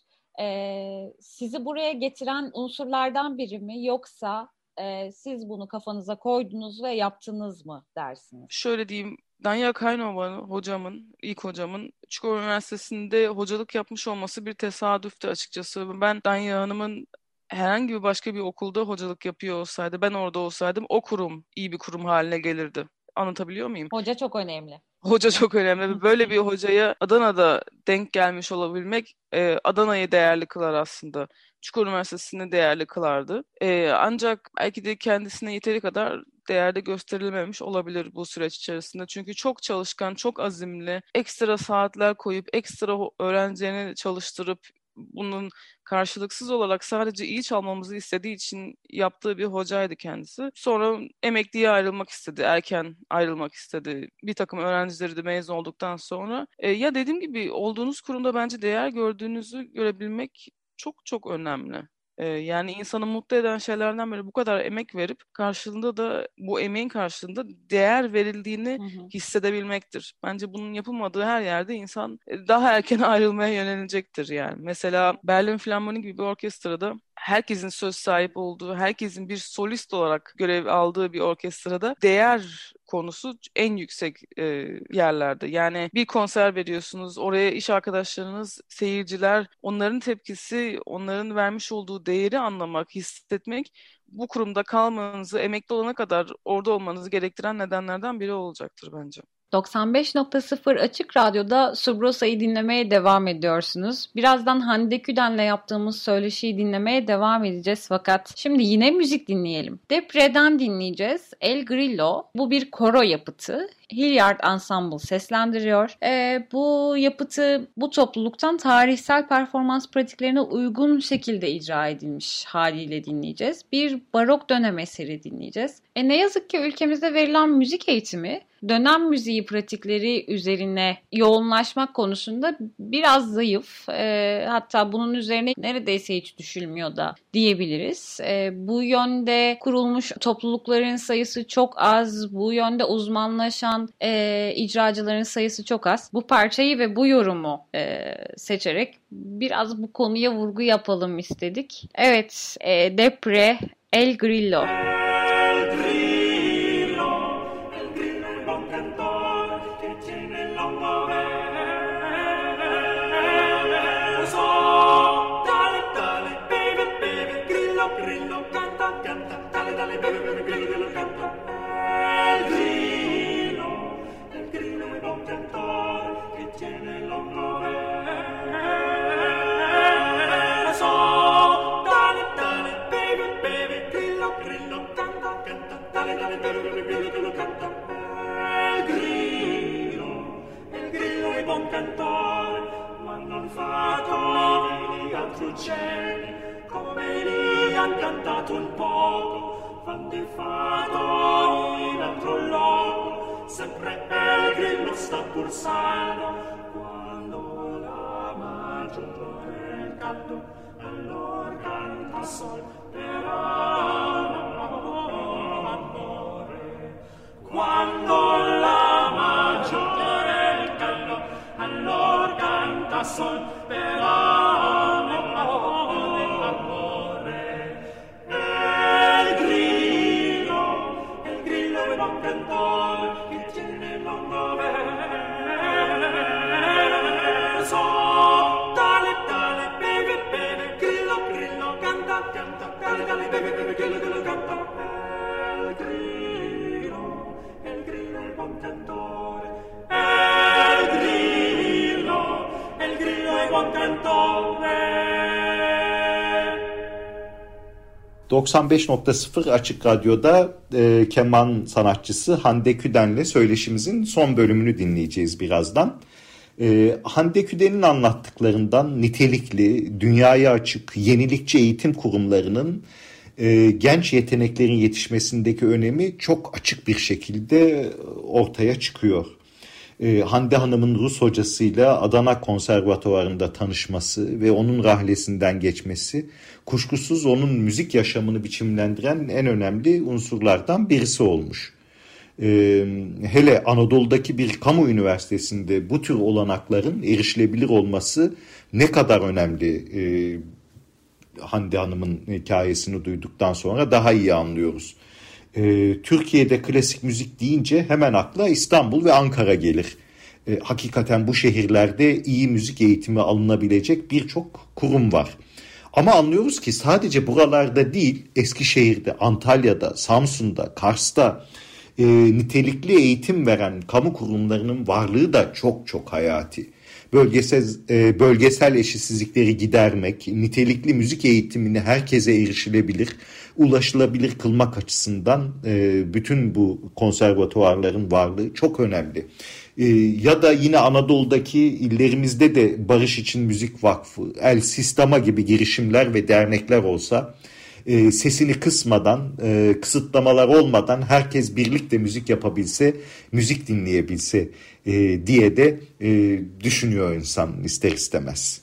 e, sizi buraya getiren unsurlardan biri mi? Yoksa e, siz bunu kafanıza koydunuz ve yaptınız mı dersiniz? Şöyle diyeyim, Danya Kaynova hocamın, ilk hocamın Çukurova Üniversitesi'nde hocalık yapmış olması bir tesadüftü açıkçası. Ben Danya Hanım'ın herhangi bir başka bir okulda hocalık yapıyor olsaydı, ben orada olsaydım o kurum iyi bir kurum haline gelirdi. Anlatabiliyor muyum? Hoca çok önemli. Hoca çok önemli. Böyle bir hocaya Adana'da denk gelmiş olabilmek e, Adana'yı değerli kılar aslında. Çukurova Üniversitesi'ni değerli kılardı. E, ancak belki de kendisine yeteri kadar değerde gösterilmemiş olabilir bu süreç içerisinde. Çünkü çok çalışkan, çok azimli, ekstra saatler koyup, ekstra ho- öğrencilerini çalıştırıp bunun karşılıksız olarak sadece iyi çalmamızı istediği için yaptığı bir hocaydı kendisi. Sonra emekliye ayrılmak istedi, erken ayrılmak istedi. Bir takım öğrencileri de mezun olduktan sonra. E, ya dediğim gibi olduğunuz kurumda bence değer gördüğünüzü görebilmek çok çok önemli. E, yani insanı mutlu eden şeylerden biri bu kadar emek verip karşılığında da bu emeğin karşılığında değer verildiğini Hı hı. hissedebilmektir. Bence bunun yapılmadığı her yerde insan e, daha erken ayrılmaya yönelecektir yani. Mesela Berlin Filarmoni gibi bir orkestrada herkesin söz sahibi olduğu, herkesin bir solist olarak görev aldığı bir orkestrada değer konusu en yüksek e, yerlerde. Yani bir konser veriyorsunuz, oraya iş arkadaşlarınız, seyirciler, onların tepkisi, onların vermiş olduğu değeri anlamak, hissetmek bu kurumda kalmanızı, emekli olana kadar orada olmanızı gerektiren nedenlerden biri olacaktır bence. doksan beş nokta sıfır Açık Radyo'da Subrosa'yı dinlemeye devam ediyorsunuz. Birazdan Hande Küden'le yaptığımız söyleşiyi dinlemeye devam edeceğiz fakat şimdi yine müzik dinleyelim. Depre'den dinleyeceğiz. El Grillo. Bu bir koro yapıtı. Hilliard Ensemble seslendiriyor. Ee, bu yapıtı bu topluluktan tarihsel performans pratiklerine uygun şekilde icra edilmiş haliyle dinleyeceğiz. Bir barok dönem eseri dinleyeceğiz. E, ne yazık ki ülkemizde verilen müzik eğitimi dönem müziği pratikleri üzerine yoğunlaşmak konusunda biraz zayıf. E, hatta bunun üzerine neredeyse hiç düşülmüyor da diyebiliriz. E, bu yönde kurulmuş toplulukların sayısı çok az. Bu yönde uzmanlaşan e, icracıların sayısı çok az. Bu parçayı ve bu yorumu e, seçerek biraz bu konuya vurgu yapalım istedik. Evet, e, Depre, El Grillo. Grillo, uccelli come lì han cantato un poco, van di fado in altro loco, sempre il grillo sta pulsando, quando la maggiore il caldo, allor canta sol per amore. Quando la maggiore il caldo, allor canta sol per amore. E il grillo, il grillo è buon cantore, che tiene il lungo verso. Dale, dale, beve, beve, grillo, grillo, canta, canta, dale, dale, beve, beve, grillo, grillo, canta. E il grillo, il grillo è buon cantore, e il grillo, il grillo è buon cantore. doksan beş nokta sıfır Açık Radyo'da e, keman sanatçısı Hande Küden'le söyleşimizin son bölümünü dinleyeceğiz birazdan. E, Hande Küden'in anlattıklarından nitelikli, dünyaya açık, yenilikçi eğitim kurumlarının e, genç yeteneklerin yetişmesindeki önemi çok açık bir şekilde ortaya çıkıyor. E, Hande Hanım'ın Rus hocasıyla Adana Konservatuvarı'nda tanışması ve onun rahlesinden geçmesi kuşkusuz onun müzik yaşamını biçimlendiren en önemli unsurlardan birisi olmuş. E, hele Anadolu'daki bir kamu üniversitesinde bu tür olanakların erişilebilir olması ne kadar önemli, e, Hande Hanım'ın hikayesini duyduktan sonra daha iyi anlıyoruz. Ee, Türkiye'de klasik müzik deyince hemen akla İstanbul ve Ankara gelir. Ee, hakikaten bu şehirlerde iyi müzik eğitimi alınabilecek birçok kurum var. Ama anlıyoruz ki sadece buralarda değil, Eskişehir'de, Antalya'da, Samsun'da, Kars'ta e, nitelikli eğitim veren kamu kurumlarının varlığı da çok çok hayati. Bölgesel, e, bölgesel eşitsizlikleri gidermek, nitelikli müzik eğitimini herkese erişilebilir, ulaşılabilir kılmak açısından e, bütün bu konservatuvarların varlığı çok önemli. E, ya da yine Anadolu'daki illerimizde de Barış İçin Müzik Vakfı, El Sistema gibi girişimler ve dernekler olsa, e, sesini kısmadan, e, kısıtlamalar olmadan herkes birlikte müzik yapabilse, müzik dinleyebilse e, diye de e, düşünüyor insan ister istemez.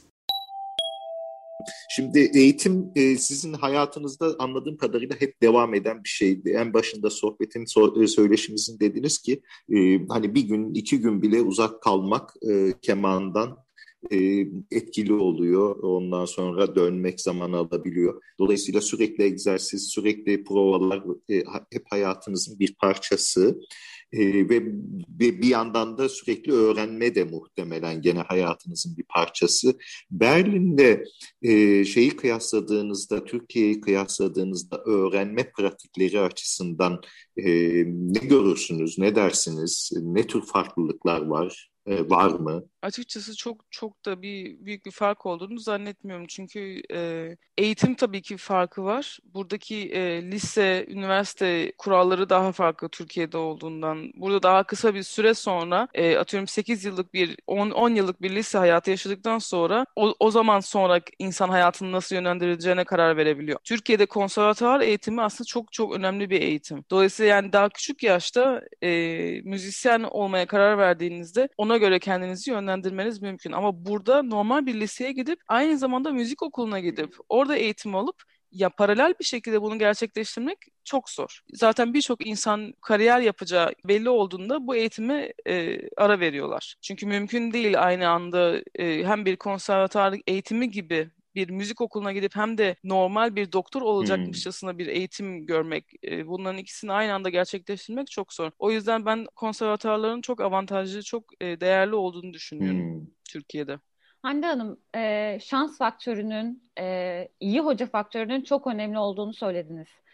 Şimdi eğitim e, sizin hayatınızda anladığım kadarıyla hep devam eden bir şeydi. En başında sohbetin, so- söyleşimizin dediniz ki e, hani bir gün, iki gün bile uzak kalmak e, kemandan e, etkili oluyor. Ondan sonra dönmek zaman alabiliyor. Dolayısıyla sürekli egzersiz, sürekli provalar e, hep hayatınızın bir parçası. Ee, ve, ve bir yandan da sürekli öğrenme de muhtemelen gene hayatınızın bir parçası. Berlin'de e, şeyi kıyasladığınızda, Türkiye'yi kıyasladığınızda öğrenme pratikleri açısından e, ne görürsünüz, ne dersiniz, ne tür farklılıklar var, e, var mı? Açıkçası çok çok da bir büyük bir fark olduğunu zannetmiyorum. Çünkü e, eğitim tabii ki farkı var. Buradaki e, lise, üniversite kuralları daha farklı Türkiye'de olduğundan. Burada daha kısa bir süre sonra e, atıyorum sekiz yıllık bir on, on yıllık bir lise hayatı yaşadıktan sonra o, o zaman sonra insan hayatını nasıl yönlendirileceğine karar verebiliyor. Türkiye'de konservatuvar eğitimi aslında çok çok önemli bir eğitim. Dolayısıyla yani daha küçük yaşta e, müzisyen olmaya karar verdiğinizde ona göre kendinizi yönlendirebiliyorsunuz. yönlendirmeniz mümkün. Ama burada normal bir liseye gidip aynı zamanda müzik okuluna gidip orada eğitim alıp ya paralel bir şekilde bunu gerçekleştirmek çok zor. Zaten birçok insan kariyer yapacağı belli olduğunda bu eğitime e, ara veriyorlar. Çünkü mümkün değil aynı anda e, hem bir konservatuar eğitimi gibi bir müzik okuluna gidip hem de normal bir doktor olacakmışçasına bir eğitim görmek, e, bunların ikisini aynı anda gerçekleştirmek çok zor. O yüzden ben konservatuarların çok avantajlı, çok e, değerli olduğunu düşünüyorum hmm. Türkiye'de. Hande Hanım, e, şans faktörünün, e, iyi hoca faktörünün çok önemli olduğunu söylediniz.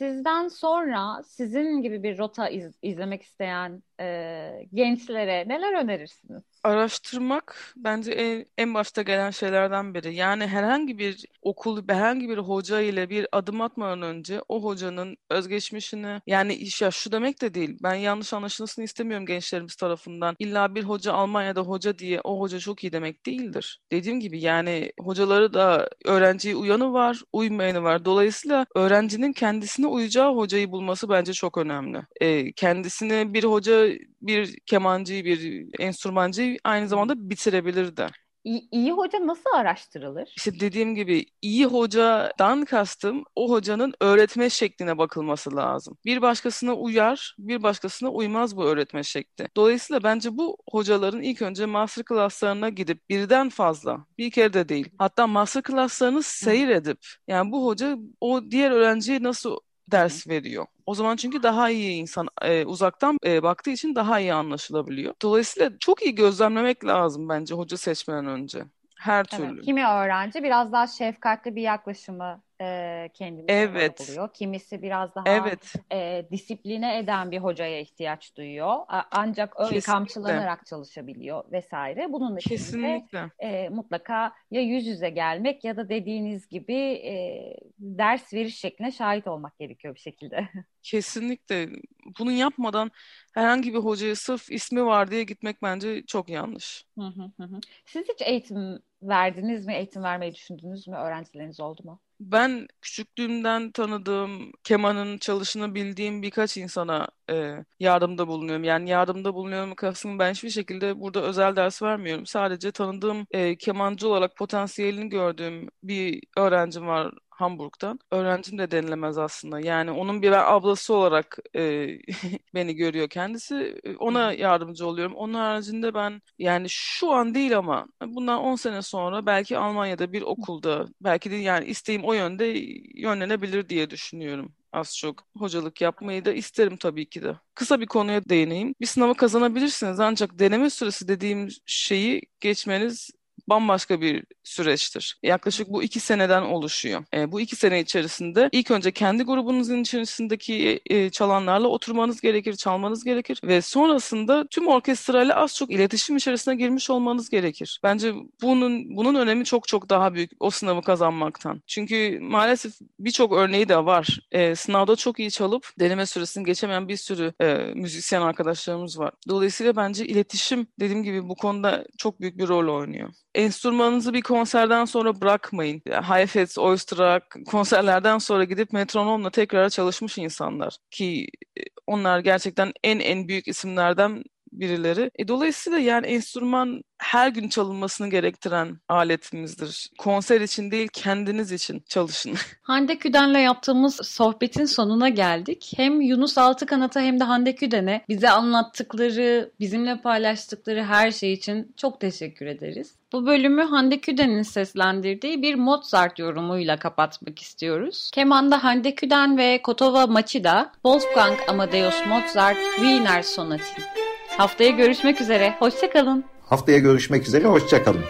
Sizden sonra sizin gibi bir rota iz- izlemek isteyen e, gençlere neler önerirsiniz? Araştırmak bence en, en başta gelen şeylerden biri. Yani herhangi bir okul, herhangi bir hoca ile bir adım atmadan önce o hocanın özgeçmişini, yani iş ya şu demek de değil. Ben yanlış anlaşılmasını istemiyorum gençlerimiz tarafından. İlla bir hoca Almanya'da hoca diye o hoca çok iyi demek değildir. Dediğim gibi yani hocaları da öğrenciye uyanı var, uymayanı var. Dolayısıyla öğrencinin kendisine uyacağı hocayı bulması bence çok önemli. Ee, kendisine bir hoca bir kemancıyı, bir enstrümancıyı aynı Hı hı. zamanda bitirebilir de. İyi, iyi hoca nasıl araştırılır? İşte dediğim gibi iyi hocadan kastım o hocanın öğretme şekline bakılması lazım. Bir başkasına uyar, bir başkasına uymaz bu öğretme şekli. Dolayısıyla bence bu hocaların ilk önce master class'larına gidip birden fazla, bir kere de değil. Hatta master class'larını Hı hı. seyredip yani bu hoca o diğer öğrenciye nasıl Hı hı. ders veriyor. O zaman çünkü daha iyi insan e, uzaktan e, baktığı için daha iyi anlaşılabiliyor. Dolayısıyla çok iyi gözlemlemek lazım bence hoca seçmeden önce. Her Evet, türlü. kimi öğrenci biraz daha şefkatli bir yaklaşımı e, kendine uygun Evet, buluyor. Kimisi biraz daha evet, e, disipline eden bir hocaya ihtiyaç duyuyor. A- ancak öyle kesinlikle, kamçılanarak çalışabiliyor vesaire. Bunun için de kesinlikle, e, mutlaka ya yüz yüze gelmek ya da dediğiniz gibi e, ders veriş şekline şahit olmak gerekiyor bir şekilde. kesinlikle. Bunu yapmadan herhangi bir hocaya sırf ismi var diye gitmek bence çok yanlış. Hı hı hı hı. Siz hiç eğitim verdiniz mi? Eğitim vermeyi düşündünüz mü? Öğrencileriniz oldu mu? Ben küçüklüğümden tanıdığım, kemanın çalışını bildiğim birkaç insana e, yardımda bulunuyorum. Yani yardımda bulunuyorum kastım ben hiçbir şekilde burada özel ders vermiyorum. Sadece tanıdığım e, kemancı olarak potansiyelini gördüğüm bir öğrencim var Hamburg'dan. Öğrencim de denilemez aslında. Yani onun bir ablası olarak e, beni görüyor kendisi. E, Hı Ona hı. yardımcı oluyorum. Onun haricinde ben yani şu an değil ama bundan on sene sonra belki Almanya'da bir okulda belki de yani isteğim o yönde yönlenebilir diye düşünüyorum. Az çok hocalık yapmayı da isterim tabii ki de. Kısa bir konuya değineyim. Bir sınavı kazanabilirsiniz ancak deneme süresi dediğim şeyi geçmeniz bambaşka bir süreçtir. Yaklaşık bu iki seneden oluşuyor. E, bu iki sene içerisinde ilk önce kendi grubunuzun içerisindeki e, çalanlarla oturmanız gerekir, çalmanız gerekir ve sonrasında tüm orkestrayla az çok iletişim içerisine girmiş olmanız gerekir. Bence bunun bunun önemi çok çok daha büyük o sınavı kazanmaktan. Çünkü maalesef birçok örneği de var. E, sınavda çok iyi çalıp deneme süresini geçemeyen bir sürü e, müzisyen arkadaşlarımız var. Dolayısıyla bence iletişim dediğim gibi bu konuda çok büyük bir rol oynuyor. Enstrümanınızı bir konserden sonra bırakmayın. Heifetz, Oysterak konserlerden sonra gidip metronomla tekrar çalışmış insanlar ki e, onlar gerçekten en en büyük isimlerden birileri. E, dolayısıyla yani enstrüman her gün çalınmasını gerektiren aletimizdir. Konser için değil, kendiniz için çalışın. Hande Küden'le yaptığımız sohbetin sonuna geldik. Hem Yunus Altıkanat'a hem de Hande Küden'e bize anlattıkları, bizimle paylaştıkları her şey için çok teşekkür ederiz. Bu bölümü Hande Küden'in seslendirdiği bir Mozart yorumuyla kapatmak istiyoruz. Kemanda Hande Küden ve Kotova Machida, Wolfgang Amadeus Mozart Wiener Sonatin. Haftaya görüşmek üzere. Hoşça kalın. Haftaya görüşmek üzere, hoşça kalın.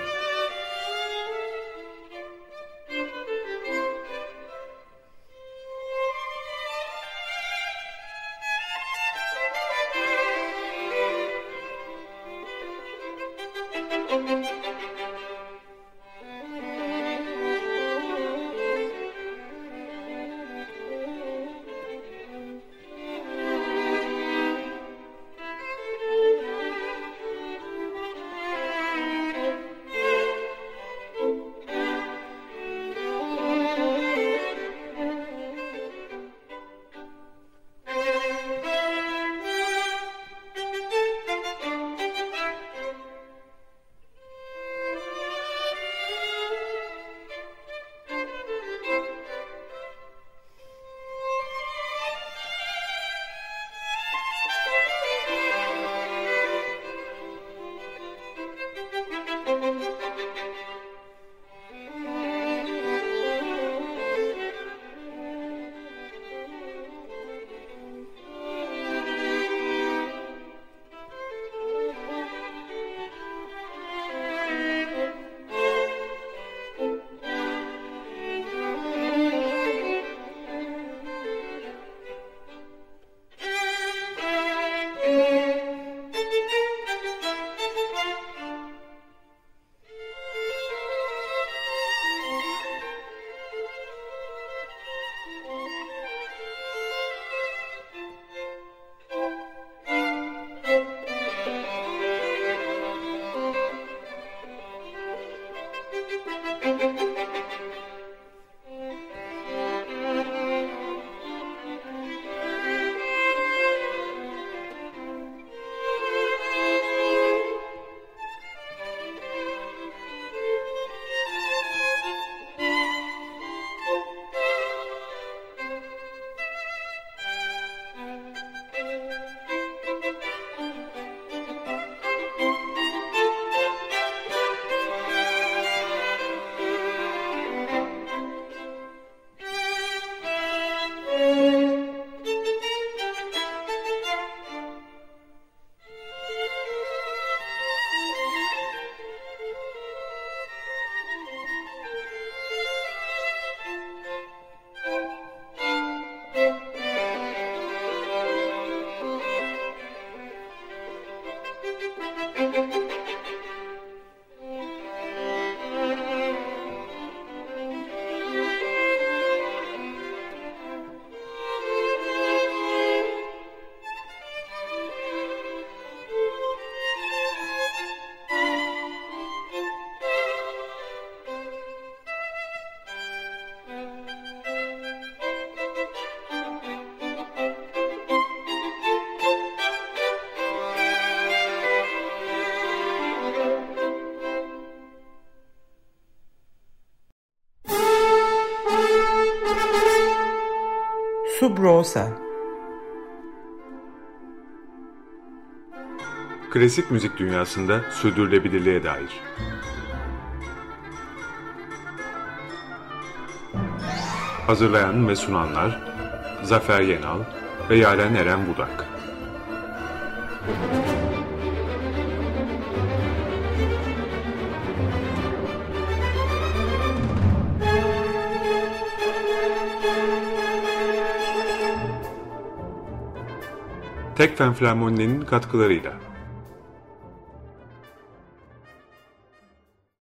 Subrosa. Klasik müzik dünyasında sürdürülebilirliğe dair. Hazırlayan ve sunanlar Zafer Yenal ve Yaren Eren Budak. Tekfen Flamoni'nin katkılarıyla.